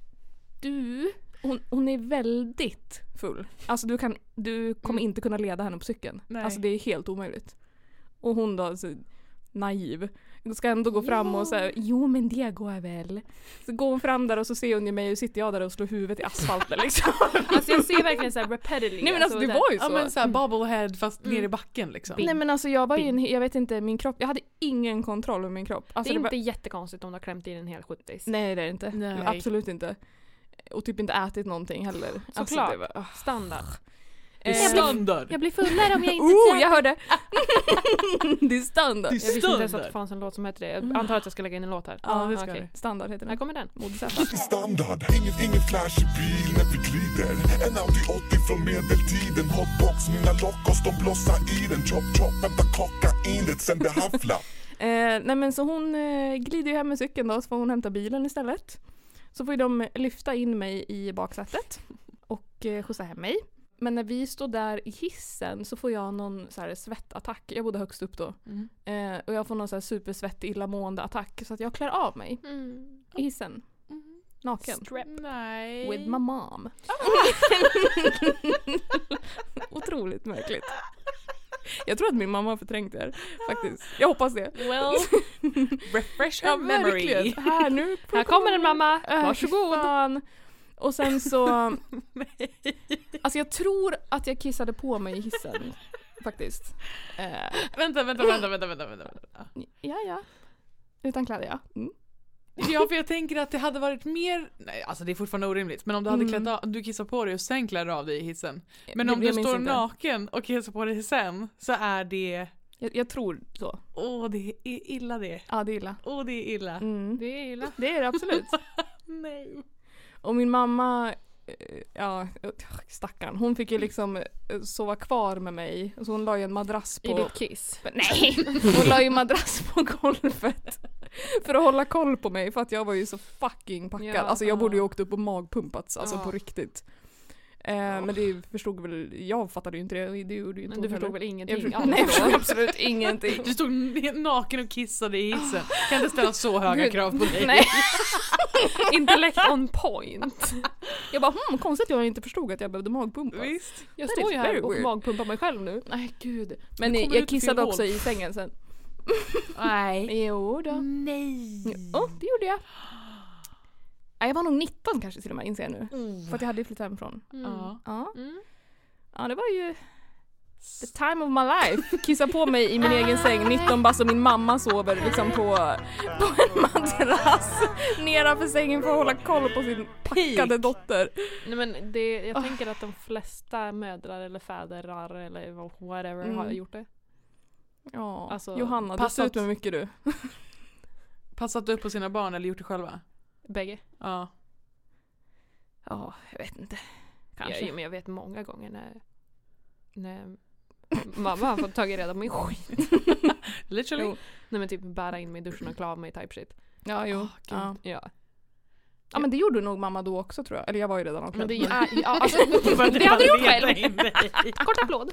hon är väldigt full. Alltså du kommer inte kunna leda henne på cykeln. Nej. Alltså det är helt omöjligt. Och hon då alltså, naiv. Jag ska ändå gå fram och säga, jo men det går väl. Så går hon fram där och så ser hon ju mig och sitter jag där och slår huvudet i asfalten liksom. Alltså jag ser verkligen såhär repetitively. Nej men alltså det var ju så. Ja men såhär bobblehead fast ner i backen liksom. Nej men alltså jag var ju jag vet inte, min kropp, jag hade ingen kontroll över min kropp. Alltså, det är var... inte jättekonstigt om du har klämt in en hel 70s. Nej det är det inte. Nej. Absolut inte. Och typ inte ätit någonting heller. Såklart. Alltså, det var, Standard. Det är standard. Jag blir fullare om jag inte jag hörde. Det är standard. Det är Jag visste inte ens att standard. det fanns en låt som heter det. Jag antar att jag ska lägga in en låt här. Ja, det ska okej. det. Standard heter Här den. kommer den. Standard, ingen flashig bil när vi glider. En Audi 80 från medeltiden. Hotbox, mina lockos, de blossar i den. Chop, chop, vänta kokainet sen det hafflar. Nej men så hon glider ju hem med cykeln då, så får hon hämta bilen istället. Så får ju de lyfta in mig i baksätet och skjutsa hem mig. Men när vi står där i hissen så får jag någon så här svettattack. Jag bodde högst upp då. Och jag får någon så här supersvettig illamående attack. Så att jag klär av mig i hissen. Naken. Nej. With my mom. Otroligt märkligt. Jag tror att min mamma har förträngt det här, faktiskt. Jag hoppas det. Well, refresh her memory. Verkligen. Här kommer den mamma. Varsågod. Fan. Och sen så... Alltså jag tror att jag kissade på mig i hissen. Faktiskt. Vänta. Ja. Utan kläder, ja. Ja, för jag tänker att det hade varit mer... Nej, alltså det är fortfarande orimligt. Men om du hade klätt av, du kissar på dig och sen klär av dig i hissen. Men om du står naken och kissar på dig sen så är det... Jag tror så. Det är illa det. Ja, det är illa. Det är illa. Det är illa. Det är det absolut. Nej. Och min mamma, stackarn, hon fick ju liksom sova kvar med mig. Så hon la ju en madrass på... I ditt kiss? Nej! Hon la ju en madrass på golvet. För att hålla koll på mig, för att jag var ju så fucking packad. Ja, alltså jag borde ju åkt upp och magpumpats, alltså på riktigt. Men det förstod väl, jag fattade ju inte det gjorde ju inte. Men du förstod väl ingenting? Nej, jag förstod absolut ingenting. Du stod naken och kissade i hissen. Kan inte ställa så höga krav på dig. Nej. Intellect on point. Jag bara, konstigt att jag inte förstod att jag behövde magpumpas. Visst. Jag That står is ju här very och weird. magpumpar mig själv nu. Nej gud. Men kommer jag ut kissade fel också hål. i sängen sen. Nej. Jo då. Nej. Det gjorde jag. Jag var nog 19 kanske till och med, inser jag nu. För att jag hade flyttat hemifrån. Ja. Ja, det var ju the time of my life. Kissa på mig i min egen säng, 19 bara, så min mamma sover liksom på en madrass nedanför sängen för att hålla koll på sin packade dotter. Nej men jag tänker att de flesta mödrar eller fädrar eller whatever har gjort det. Ja, Alltså, Johanna, du står ut med mycket du. Passat upp på sina barn eller gjort det själva? Bägge. Ja. Ja, jag vet inte. Kanske. Ja, men jag vet många gånger när mamma har fått tagit reda på min skit. Literally. Jo. Nej men typ bära in mig i duschen och klä av mig type shit. Ja, jo. Gud. Ja. Ja, men det gjorde nog mamma då också, tror jag. Eller jag var ju redan Men avklädd. det är alltså, det hade du gjort själv. Kort applåd.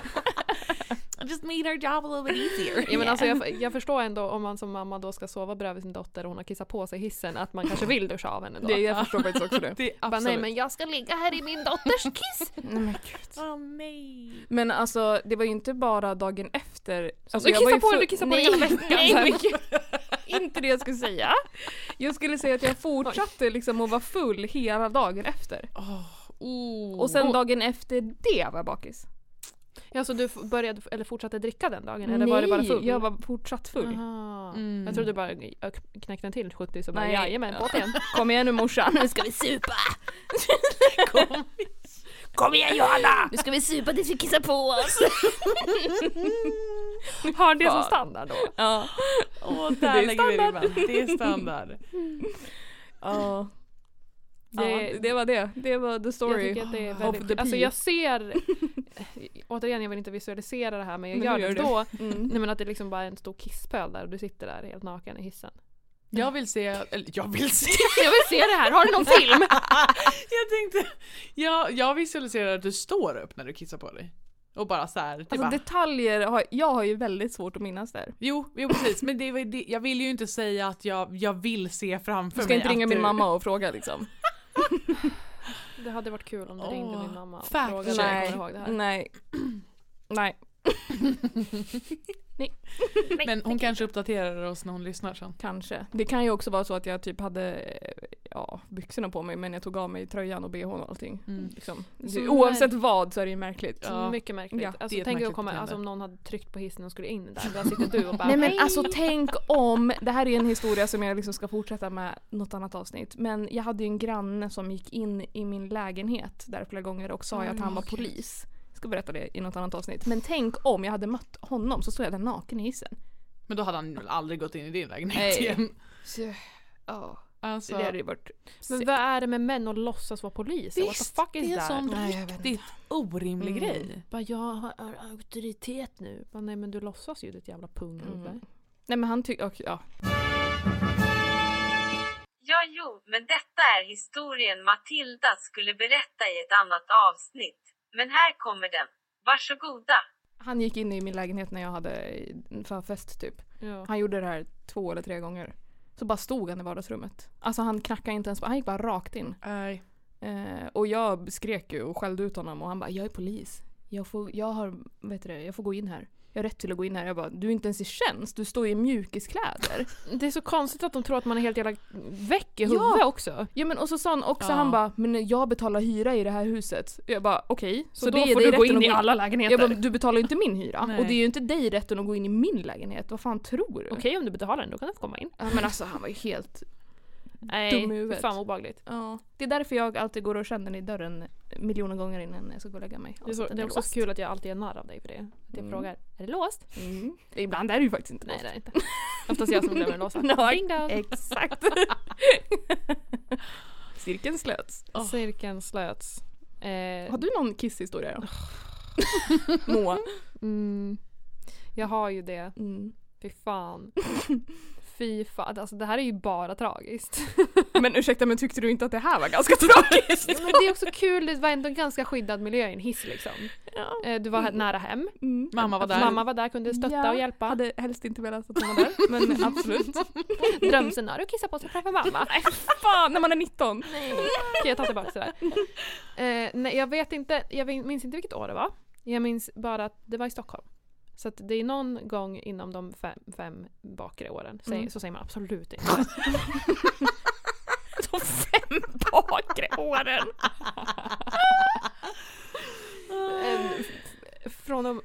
Just made our job a little bit easier. Ja, men alltså, jag förstår ändå om man som mamma då ska sova bredvid sin dotter och hon har kissat på sig i hissen att man kanske vill duscha av henne då. Jag förstår faktiskt också det. Det är Bara, absolut. nej men jag ska ligga här i min dotters kiss. Nej, men gud. Nej. Men alltså, det var ju inte bara dagen efter. Alltså, du jag var kissar ju på dig, du kissar på dig hela veckan. Nej, men gud. Inte det jag skulle säga. Jag skulle säga att jag fortsatte liksom att vara full hela dagen efter. Och sen dagen efter det var jag bakis. Ja, så du började eller fortsatte dricka den dagen? Eller var det bara full? Jag var fortsatt full. Aha. Jag trodde bara knäckte en till 70 så bara Nej. jajamän, på igen. Kom igen nu morsan, nu ska vi supa. Kom igen Johanna, nu ska vi supa tills vi kissar på oss. Har det som standard då? Ja. Där Det är lägger vi standard. ribban. Det är standard. Ja. Det var det. Det var the Jag story tycker att det är of väldigt, the alltså pea. jag ser återigen, jag vill inte visualisera det här men jag Men gör du det gör det. då. Mm. Nej men att det liksom bara är en stor kisspöl där och du sitter där helt naken i hissen. Jag vill se... Jag vill se det här, har du någon film? Jag tänkte... Jag visualiserar att du står upp när du kissar på dig. Och bara så här... Alltså detaljer, jag har ju väldigt svårt att minnas där. Jo precis. Men jag vill ju inte säga att jag vill se framför Du mig. ska inte ringa min mamma och fråga liksom. Det hade varit kul om du ringde min mamma och fact frågade check. om jag kommer ihåg det här. Nej. Nej. Men hon kanske uppdaterar oss när hon lyssnar sen. Kanske. Det kan ju också vara så att jag typ hade byxorna på mig men jag tog av mig tröjan och bhn och allting. Liksom. Oavsett vad så är det ju märkligt. Ja. Mycket märkligt. Ja, alltså, tänk om någon hade tryckt på hissen och skulle in där. Där sitter du och bara nej men alltså tänk om, det här är en historia som jag liksom ska fortsätta med något annat avsnitt. Men jag hade ju en granne som gick in i min lägenhet där flera gånger och sa att han var polis. Jag ska berätta det i något annat avsnitt. Men tänk om jag hade mött honom så stod jag där naken i hissen. Men då hade han väl aldrig gått in i din lägenhet igen. Ja. Alltså, Det hade ju varit... Men vad är det med män att låtsas vara polis? What the fuck is det är en that? sån riktigt orimlig grej. Bara, jag har auktoritet nu. Bara, nej men du låtsas ju ditt jävla punghuvud. Nej men han tycker... Ja. Ja, jo, men detta är historien Matilda skulle berätta i ett annat avsnitt. Men här kommer den. Varsågoda. Han gick in i min lägenhet när jag hade förfest typ. Ja. Han gjorde det här 2 eller 3 gånger. Så bara stod han i vardagsrummet. Alltså han knackade inte ens på, han gick bara rakt in. Och jag skrek ju och skällde ut honom och han bara, jag är polis. Jag får gå in här. Jag har rätt till att gå in här. Jag bara, du är inte ens i tjänst. Du står i mjukiskläder. Det är så konstigt att de tror att man är helt jävla väck i huvudet också. Ja men och så sa han också, han bara, men jag betalar hyra i det här huset. Jag bara, okej. Så då får du gå in i alla lägenheter. Jag bara, du betalar ju inte min hyra. Nej. Och det är ju inte dig rätten att gå in i min lägenhet. Vad fan tror du? Okej, om du betalar den, då kan du få komma in. Ja, men alltså han var ju helt dum i Nej, huvudet. fan obehagligt. Ja. Det är därför jag alltid går och känner i dörren miljoner gånger innan jag ska gå och lägga mig. Det är också kul att jag alltid är narr av dig för det. Att jag frågar, är det låst? Ibland är det ju faktiskt inte Nej, låst. det är inte. Oftast jag som glömmer låsa. Ding dong. Exakt. Cirkeln slöts. Cirkeln slöts. Har du någon kisshistoria då? Moa? Jag har ju det. Fy fan. Fy fan. Alltså det här är ju bara tragiskt. Men ursäkta, men tyckte du inte att det här var ganska tragiskt? Men det är också kul, det var ändå en ganska skyddad miljö i en hiss liksom. Ja. Du var nära hem. Mamma var där. Mamma var där, kunde stötta och hjälpa. Hade helst inte velat att hon var där, men absolut. Drömscenario, kissa på sig för mamma. Nej, fan, när man är 19. Okej, jag tar tillbaka det där. Nej, jag minns inte vilket år det var. Jag minns bara att det var i Stockholm. Så att det är någon gång inom de 5 bakre åren. Så säger man absolut inte. De 5 bakre åren. Från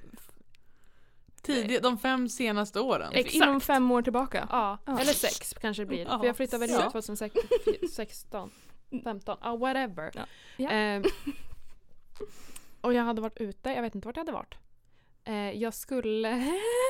de 5 senaste åren. Exakt. Inom 5 år tillbaka. Ja, eller 6 kanske det blir. För jag flyttade väl hit 2016, 15, whatever. Ja. Och jag hade varit ute, jag vet inte vart jag hade varit. Jag skulle...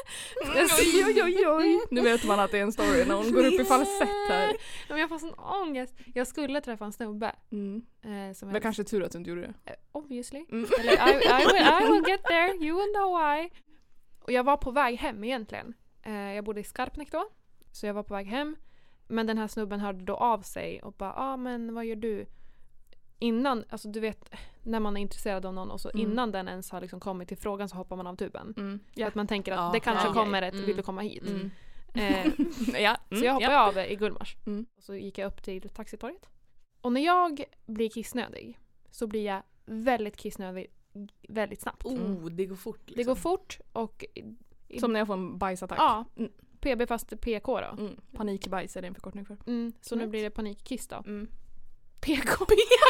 Oj. Nu vet man att det är en story när hon går upp i falsett här. Men jag får sån ångest. Jag skulle träffa en snubbe. Det var kanske tur att du inte gjorde det. Obviously. Eller, I will get there. You will know why. Och jag var på väg hem egentligen. Jag bodde i Skarpnäck då. Så jag var på väg hem. Men den här snubben hörde då av sig och bara, men vad gör du? Innan, alltså du vet, när man är intresserad av någon och så innan den ens har liksom kommit till frågan så hoppar man av tuben. För att man tänker att det kanske kommer ett, vill du komma hit? Så jag hoppade av i Gullmars. Och så gick jag upp till Taxitorget. Och när jag blir kissnödig så blir jag väldigt kissnödig väldigt snabbt. Det går fort. Liksom. Det går fort och... Som när jag får en bajsattack. Ja, PB fast PK då. Panikbajs är det en förkortning för. Så nu blir det panikkiss då. PK.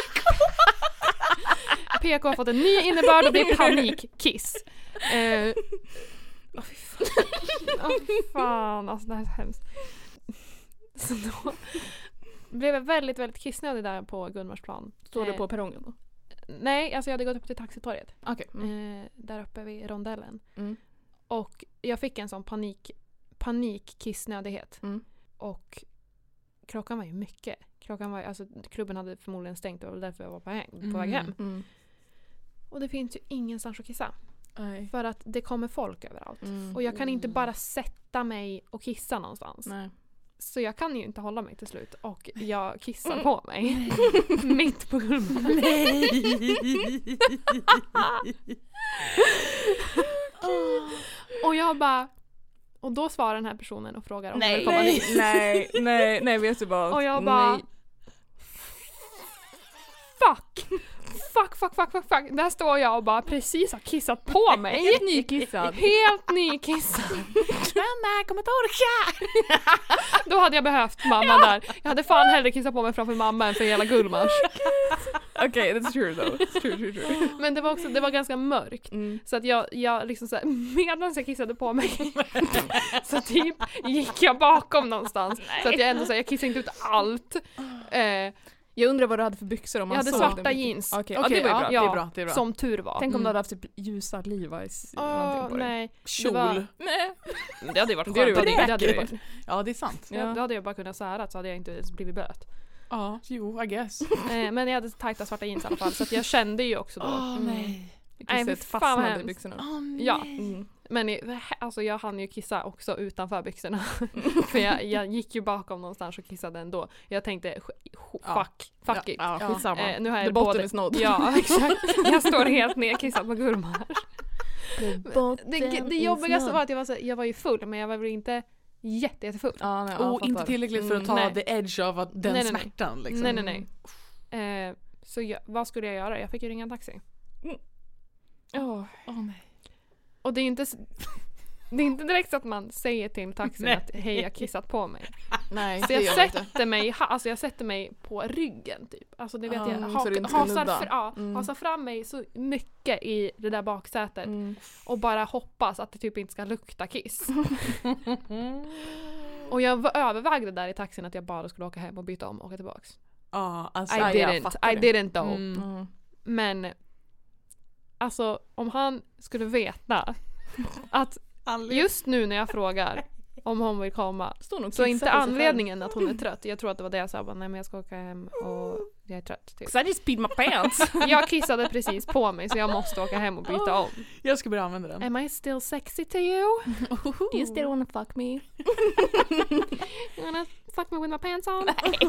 PK har fått en ny innebörd och det är panikkiss. Fan, alltså det här är hemskt. Så då blev jag väldigt, väldigt kissnödig där på Gullmarsplan. Står du på perrongen då? Nej, alltså jag hade gått upp till Taxitorget. Okej. Där uppe vid rondellen. Och jag fick en sån panikkissnödighet. Och klockan var ju mycket. Alltså klubben hade förmodligen stängt och därför jag var på väg hem. Och det finns ju ingenstans att kissa. För att det kommer folk överallt. Och jag kan inte bara sätta mig och kissa någonstans. Nej. Så jag kan ju inte hålla mig till slut. Och jag kissar på mig. Mitt på Gullmarn. Och jag bara... Och då svarar den här personen och frågar om jag vill komma dit. Nej, vet du vad? Och jag bara... fuck. Där står jag och bara precis har kissat på mig. Helt nykissad. Helt nykissad. Mamma, kommer inte orka! Då hade jag behövt mamma där. Jag hade fan hellre kissat på mig framför mamma än för hela Gullmars. Okej, that's true though. True. Men det var ganska mörkt. Så att jag liksom så här, medan jag kissade på mig så typ gick jag bakom någonstans. Så att jag ändå så här, jag kissade inte ut allt. Jag undrar vad du hade för byxor om man Jag hade såg svarta den. jeans. Okej, ja, det var ju bra. Ja, det är bra. som tur var. Tänk om du hade haft typ ljusa Levi's någonting på dig. Nej. Kjol. Nej. Det hade ju varit Det hade skönt. varit Det hade ju vackert. varit- Ja, det är sant. Ja. Då hade jag bara kunnat sära så hade jag inte ens blivit blöt. Ja, I guess. Men jag hade tajta svarta jeans i alla fall så att jag kände ju också då. nej. Nej, Kisset fy fan vad fastnade i hemskt. byxorna. Nej. Ja. Mm. Men alltså jag hann ju kissa också utanför byxorna. För jag gick ju bakom någonstans och kissade ändå. Jag tänkte fuck it. Ja, skitsamma. Nu har jag The bottom både- is nådd. Ja, exakt. Jag står helt nedkissad på Gullmars. Det jobbigaste var att jag var ju full men jag var väl inte jättefull. Ja, nej, Inte tillräckligt för att ta Nej. the edge av att den Nej. smärtan liksom. Nej. Så vad skulle jag göra? Jag fick ju ringa en taxi. Åh. Nej. Och det är inte direkt så att man säger till taxin Nej. att hej jag har kissat på mig. Nej, Så det jag gör jag inte. sätter mig på ryggen typ. Alltså det vet jag. så du inte ska nudda. Hasar fram mig så mycket i det där baksätet. Mm. Och bara hoppas att det typ inte ska lukta kiss. Och jag övervägde där i taxin att jag bara skulle åka hem och byta om och åka tillbaks. Ja, alltså. I didn't though. Mm. Men alltså om han skulle veta att just nu när jag frågar om hon vill komma Står nog så är kissa inte på sig anledningen att hon är trött. Jag tror att det var det jag sa. Nej men jag ska åka hem och jag är trött. Typ. själv. I just peed my pants. Jag kissade precis på mig så jag måste åka hem och byta om. Jag ska börja använda den. Am I still sexy to you? Do you still wanna fuck me? You wanna fuck me with my pants on?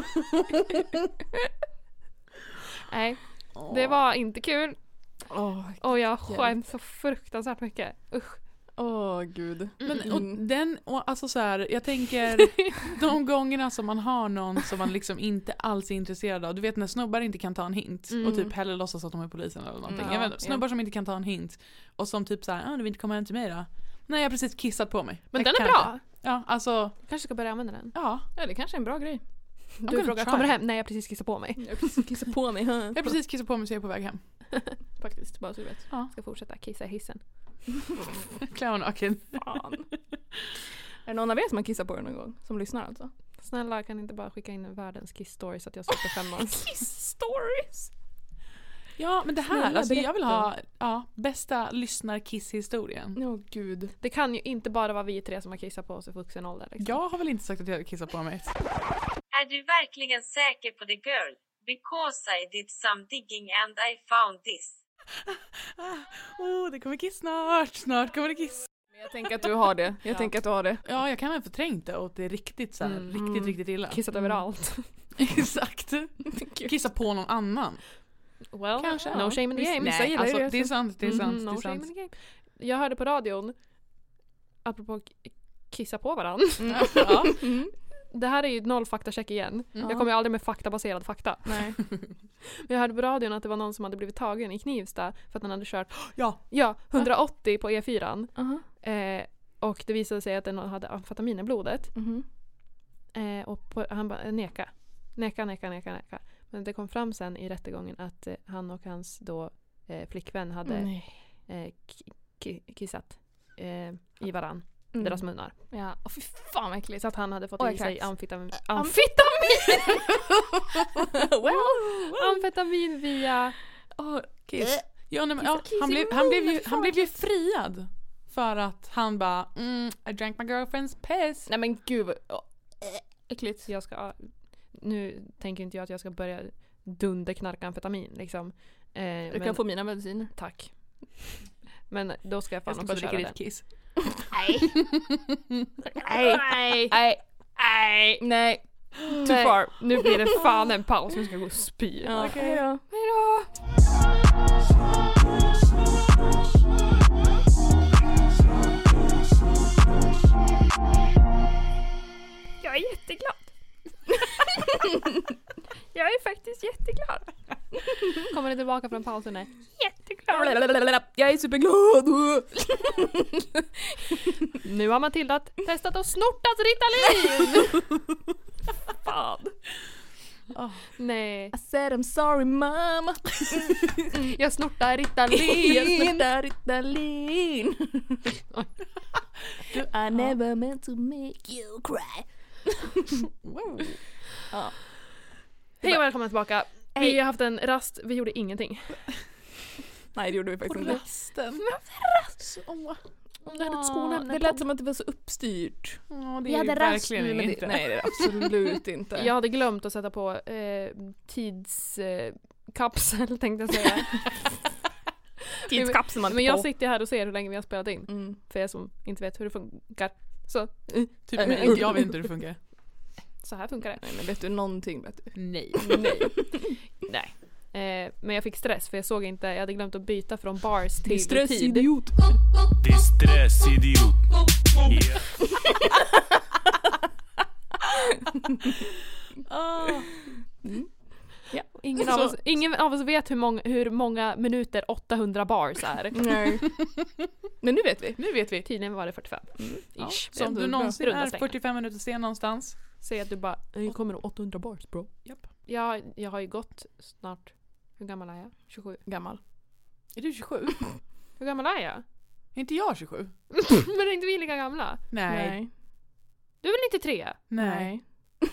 Nej, det var inte kul. Och jag skäms så fruktansvärt mycket. Usch. Gud. Men alltså så här, jag tänker de gångerna som man har någon som man liksom inte alls är intresserad av. Du vet när snubbar inte kan ta en hint och typ heller låtsas att de är polisen eller någonting. Jag vet, snubbar som inte kan ta en hint och som typ så här, du vill inte komma hem till mig då? Nej, jag har precis kissat på mig. Men Jag den är kan bra. inte. Ja, alltså Kanske ska börja använda den. ja. Ja, det kanske är en bra grej. Du gonna frågar, try. kommer du hem? Nej, jag har precis kissat på mig. Jag har precis kissat på mig. Jag har precis kissat på mig så jag är på väg hem. Faktiskt, bara så du vet. Jag ska fortsätta kissa i hissen. Klä naken. Fan. Är det någon av er som har kissat på er någon gång? Som lyssnar alltså? Snälla, kan inte bara skicka in världens kiss-story så att jag slipper skämmas. Kiss-stories! Ja, men det här, Snälla, alltså jag vill ha berätta. bästa lyssnar-kiss-historien. Åh gud. Det kan ju inte bara vara vi tre som har kissat på oss i vuxen ålder. Liksom. Jag har väl inte sagt att jag kissar på mig. Är du verkligen säker på det, girl? Because I did some digging and I found this. Det kommer kiss snart. Snart kommer det kiss. Men jag tänker att du har det. Jag tänker att du har det. Ja, jag kan ha förträngt det och det är riktigt så här, riktigt illa. Kissat överallt. Exakt. Kissa på någon annan. Well, Kanske. no shame in the game. vissa gillar alltså, det. det är sant, det är sant. No det är shame in sant. the game. Jag hörde på radion apropå kissa på varandra. Ja. Det här är ju noll faktacheck igen. Jag kommer ju aldrig med faktabaserad fakta. Nej. Men jag hörde på radion att det var någon som hade blivit tagen i Knivsta för att han hade kört Ja. 180 på E4. Uh-huh. Och det visade sig att den hade amfetamin i blodet. Mm-hmm. Och han bara neka. Men det kom fram sen i rättegången att han och hans då flickvän hade kissat i varann. Deras munnar. Ja, fy fan vad äckligt. Så att han hade fått Oj, i sig krax. amfetamin. Amfetamin via Kiss. Ja, nej, men, ja, han blev ju friad för att han bara I drank my girlfriend's piss. Nej men gud. Äckligt. Nu tänker inte jag att jag ska börja dunderknarka amfetamin liksom. Du kan få mina mediciner. Tack. Men då ska jag fan Jag ska också bara köra dricka den. ditt kiss. Nej. Too far. Nu blir det fan en paus. Nu ska jag gå och spy. Ja, okej då. Hejdå. Jag är jätteglad. Jag är faktiskt jätteglad. Kommer ni tillbaka från pausen? Är jätteglad. Jag är superglad. Nu har Matilda testat att snortat Ritalin. Fan. Nej. I said I'm sorry mama. Jag snortar Ritalin. Jag snortar Ritalin. I never meant to make you cry. Wow. Ja. Hej och välkomna tillbaka. Hej. Vi har haft en rast, vi gjorde ingenting. Nej, det gjorde vi På faktiskt inte. rasten. Om det är något skolämne. Det lät som att det var så uppstyrt. Ja, det Vi är hade ju rast verkligen nu, men inte. nej, det är det absolut inte. Jag hade glömt att sätta på tidskapsel tänkte jag säga. Tidskapseln man Men jag på. sitter här och ser hur länge vi har spelat in. Mm. För er som inte vet hur det funkar. Så, Typ, jag vet inte hur det funkar. så här funkar det. Nej, men vet du någonting, vet du? Nej. Nej. Men jag fick stress för jag såg inte, jag hade glömt att byta från bars till tid. Stressidiot. Distressidiot. Ja. Ingen av oss vet hur många minuter 800 bars är. Nej. Men nu vet vi. Nu vet vi. Tydligen var det 45. Ja, Ish. så om Det är du bra. någonsin Runda är slängar. 45 minuter sen någonstans. Säg att du bara, Det kommer nog 800 bars, bro. Japp. jag har ju gått snart, hur gammal är jag? 27. Gammal. Är du 27? Hur gammal är jag? Är inte jag 27? Men är inte vi lika gamla? Nej. Du är väl 93? Nej.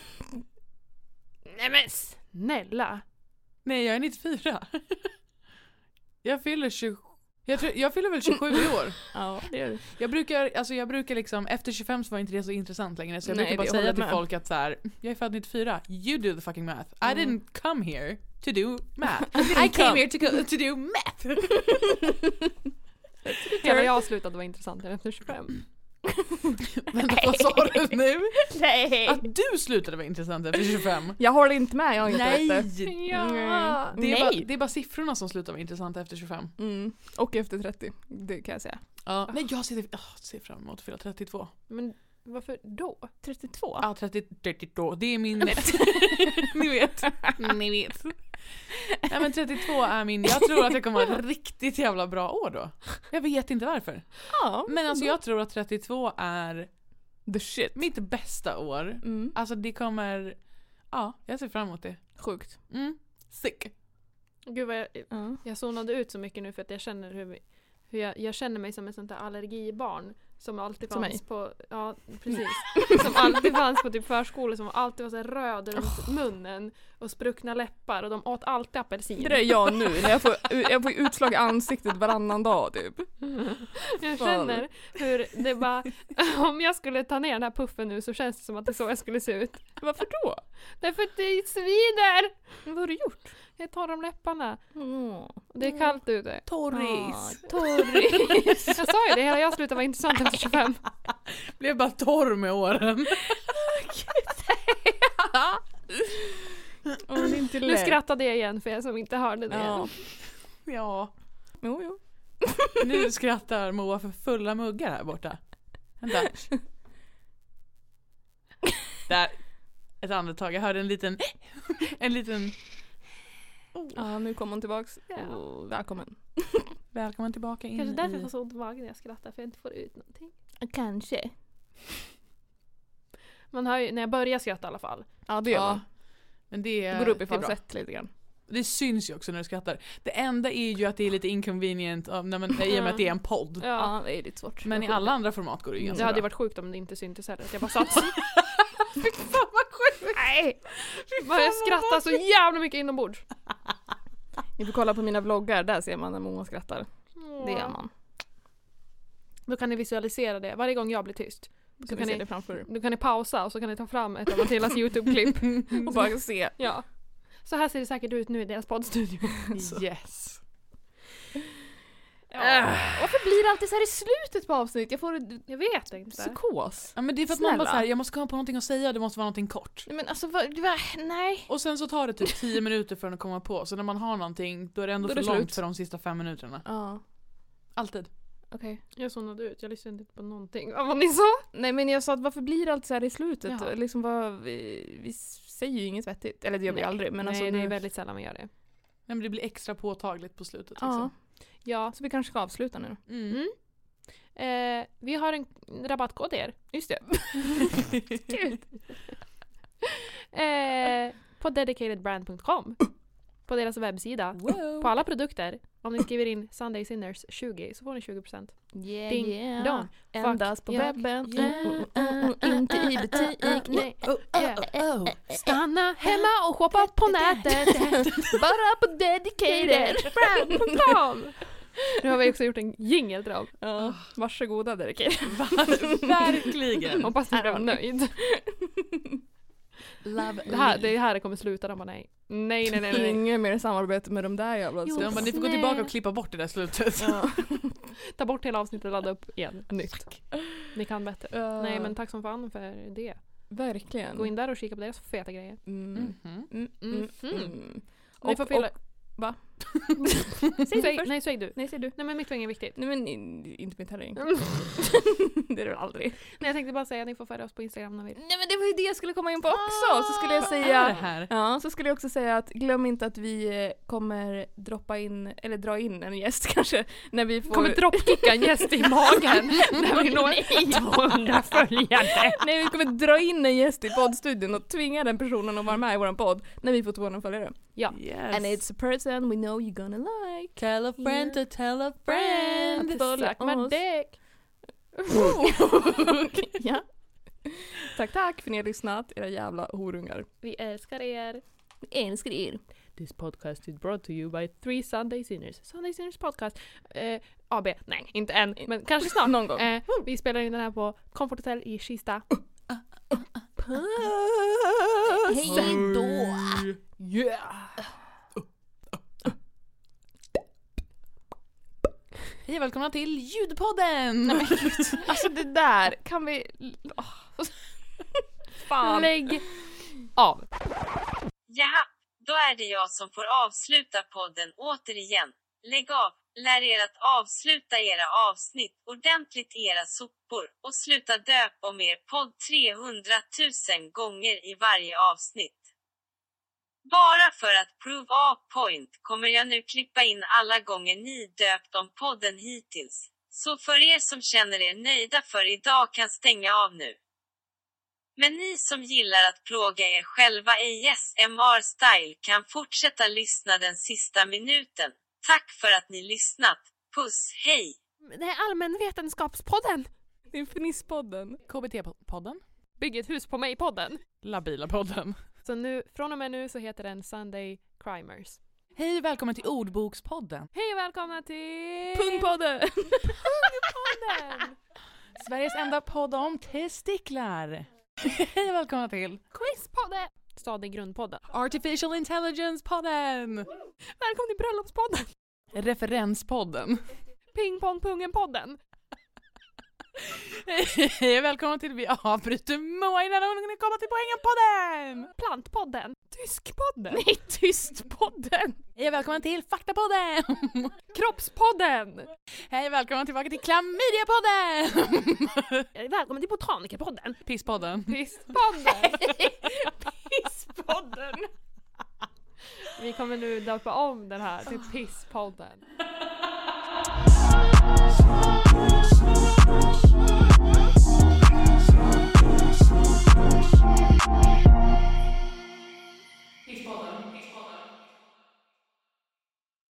Nej men snälla. Nej, jag är 94. Jag fyller 27. Jag fyller väl 27 i år. Ja, det gör du. Jag brukar liksom, efter 25 så var inte det så intressant längre. Så jag Nej, brukar bara det säga håller till med. folk att så här, jag är född 94. You do the fucking math. I didn't come here to do math. I came here to do math. Hela jag slutade vara intressant efter 25. Vänta, vad sa du nu? Nej. Att du slutade vara intressant efter 25? Jag håller inte med, jag har inte rätt det. Ja. Det är bara siffrorna som slutar vara intressanta efter 25. Mm. Och efter 30, det kan jag säga. Ja. Nej, jag ser fram emot att fylla 32. Men varför då? 32? Ja, 32. Det är min... Ni vet. Nej, men 32 är min... Jag tror att jag kommer ha ett riktigt jävla bra år då. Jag vet inte varför. Ja. Men alltså jag tror att 32 är The shit. mitt bästa år. Mm. Alltså det kommer... Ja, jag ser fram emot det. Sjukt. Sick. Gud vad Ja. jag zonade ut så mycket nu för att jag känner hur jag känner mig som ett sånt där allergibarn som alltid Som fanns mig. på, ja precis, som alltid fanns på typ förskolan, som alltid var så här röd runt munnen och spruckna läppar och de åt alltid apelsin. Det där är jag nu, när jag får utslag i ansiktet varannan dag typ. Jag känner hur det bara, om jag skulle ta ner den här puffen nu så känns det som att det är så jag skulle se ut. Varför då? Därför att det svider! Vad har du gjort? Jag tar om läpparna. Mm. Det är kallt ute. Torris. Torris. Jag sa ju det, hela jag slutade vara intressant efter 25. Blev bara torr med åren. Det är inte Nu lätt. skrattade jag igen för er som inte hörde det. Ja. Ja. Jo. Nu skrattar Moa för fulla muggar här borta. Vänta. Där. Ett andetag. Jag hörde en liten... Ja, nu kommer hon tillbaks. Ja. Välkommen. Välkommen tillbaka in Kanske därför i... jag får så ont i magen när jag skrattar, för jag inte får ut någonting. Kanske. Man hör ju, när jag börjar skratta i alla fall. Ja, det gör man. Men det Det går upp i det är bra. falsett lite grann. Det syns ju också när du skrattar. Det enda är ju att det är lite inconvenient i och med att det är en podd. Ja. Det är lite svårt. Men i alla andra format går det ju ganska Det hade ju bra. varit sjukt om det inte syntes heller. Att jag bara satt. Fy fan vad sjukt! Nej! Men jag skrattar så jävla mycket inombords. Ni får kolla på mina vloggar, där ser man när många skrattar. Det gör man. Då kan ni visualisera det. Varje gång jag blir tyst. Så kan ni se det framför er. Då kan ni pausa och så kan ni ta fram ett av Matildas YouTube-klipp. Och bara se. Ja. Så här ser det säkert ut nu i deras poddstudio. Yes. Varför blir det alltid så här i slutet på avsnitt? Jag får Jag vet inte. psykos. Ja, men det är för att man bara så här, jag måste komma på någonting att säga, det måste vara någonting kort. Nej, men alltså, nej. Och sen så tar det typ 10 minuter för att komma på. Så när man har någonting, då är det ändå Då är för det långt slut. för de sista 5 minuterna. Ja, Alltid. okej. Jag zonade ut. Jag lyssnade inte på någonting av vad ni sa. Nej, men jag sa att varför blir det alltid så här i slutet? Jaha. Liksom vi säger ju inget vettigt. Eller det gör vi aldrig. Men Nej, alltså, det nu... är väldigt sällan vi gör det. Men det blir extra påtagligt på slutet. Ja. Liksom. Ja. Så vi kanske ska avsluta nu då. Vi har en rabattkod till er. Just det. Gud. På dedicatedbrand.com. På deras webbsida. Wow. På alla produkter. Om ni skriver in Sunday Sinners 20 så får ni 20%. Yeah, Ding dong. Endast på Fuck, webben. yeah. Inte i butik. Nej. Stanna hemma och shoppa på nätet. Bara på dedicatedbrand.com. Nu har vi också gjort en jingle till dem. Ja, varsågoda Dedicated. Verkligen. Hoppas ni blev nöjd. Love Det här kommer sluta. De bara nej. Nej. Inget mer samarbete med de där jävla Så de bara, ni får gå tillbaka och klippa bort det där slutet. Ja. Ta bort hela avsnittet och ladda upp igen. Nytt. Ni kan bättre. Nej men tack som fan för det. Verkligen. Gå in där och kika på deras feta grejer. Mm. Ni får fylla... Va? Säg du. Nej, säg du. Nej men mitt var inget viktigt. Nej men inte mitt heller. Det är det väl aldrig. Nej jag tänkte bara säga att ni får följa oss på Instagram när vi... Nej men det var ju det jag skulle komma in på också. Så skulle jag säga... det här? Ja, så skulle jag också säga att glöm inte att vi kommer dra in en gäst kanske när vi får... Kommer dropkicka en gäst i magen när vi når 200 följare. Nej, vi kommer dra in en gäst i poddstudion och tvinga den personen att vara med i våran podd när vi får 200 följare. Ja. Yes. And it's a person we know you're gonna like. Tell a friend to tell a friend. Suck my dick. Ja. Tack för att ni har lyssnat, era jävla horungar. Vi älskar er. Vi älskar er. This podcast is brought to you by 3 Sunday Sinners. Sunday Sinners podcast. AB. Nej, inte än. Men kanske snart. Någon gång. Vi spelar in den här på Comfort Hotel i Kista. Hej då. Yeah. Hej, välkomna till ljudpodden! Alltså det där, kan vi... Fan. Lägg av. Jaha, då är det jag som får avsluta podden återigen. Lägg av, lär er att avsluta era avsnitt ordentligt era sopor och sluta döpa om er podd 300 000 gånger i varje avsnitt. Bara för att prove a point kommer jag nu klippa in alla gånger ni döpt om podden hittills. Så för er som känner er nöjda för idag kan stänga av nu. Men ni som gillar att plåga er själva ASMR-style kan fortsätta lyssna den sista minuten. Tack för att ni lyssnat. Puss, hej! Det är allmänvetenskapspodden. Det är Finisspodden. KBT-podden. Bygg ett hus på mig-podden. Labila-podden. Så nu, från och med nu så heter den Sunday Crimers. Hej, välkommen till Ordbokspodden. Hej och välkomna till... Pungpodden. Pungpodden! Sveriges enda podd om testiklar. Hej, välkomna till Quizpodden! Stadig grundpodden. Artificial Intelligence-podden. Välkommen till Bröllopspodden! Referenspodden. Pingpongpungen-podden. Hej, välkomna till Vi avbryter Moa innan hon kommer till Poängen-podden. Plantpodden. Tyskpodden. Nej, Tystpodden. Hej, välkommen till Faktapodden. Kroppspodden. Hej, välkommen tillbaka till Klamydiapodden. Välkommen till Botanikerpodden. Pisspodden. Pisspodden. Pisspodden. Vi kommer nu döpa om den här till Pisspodden.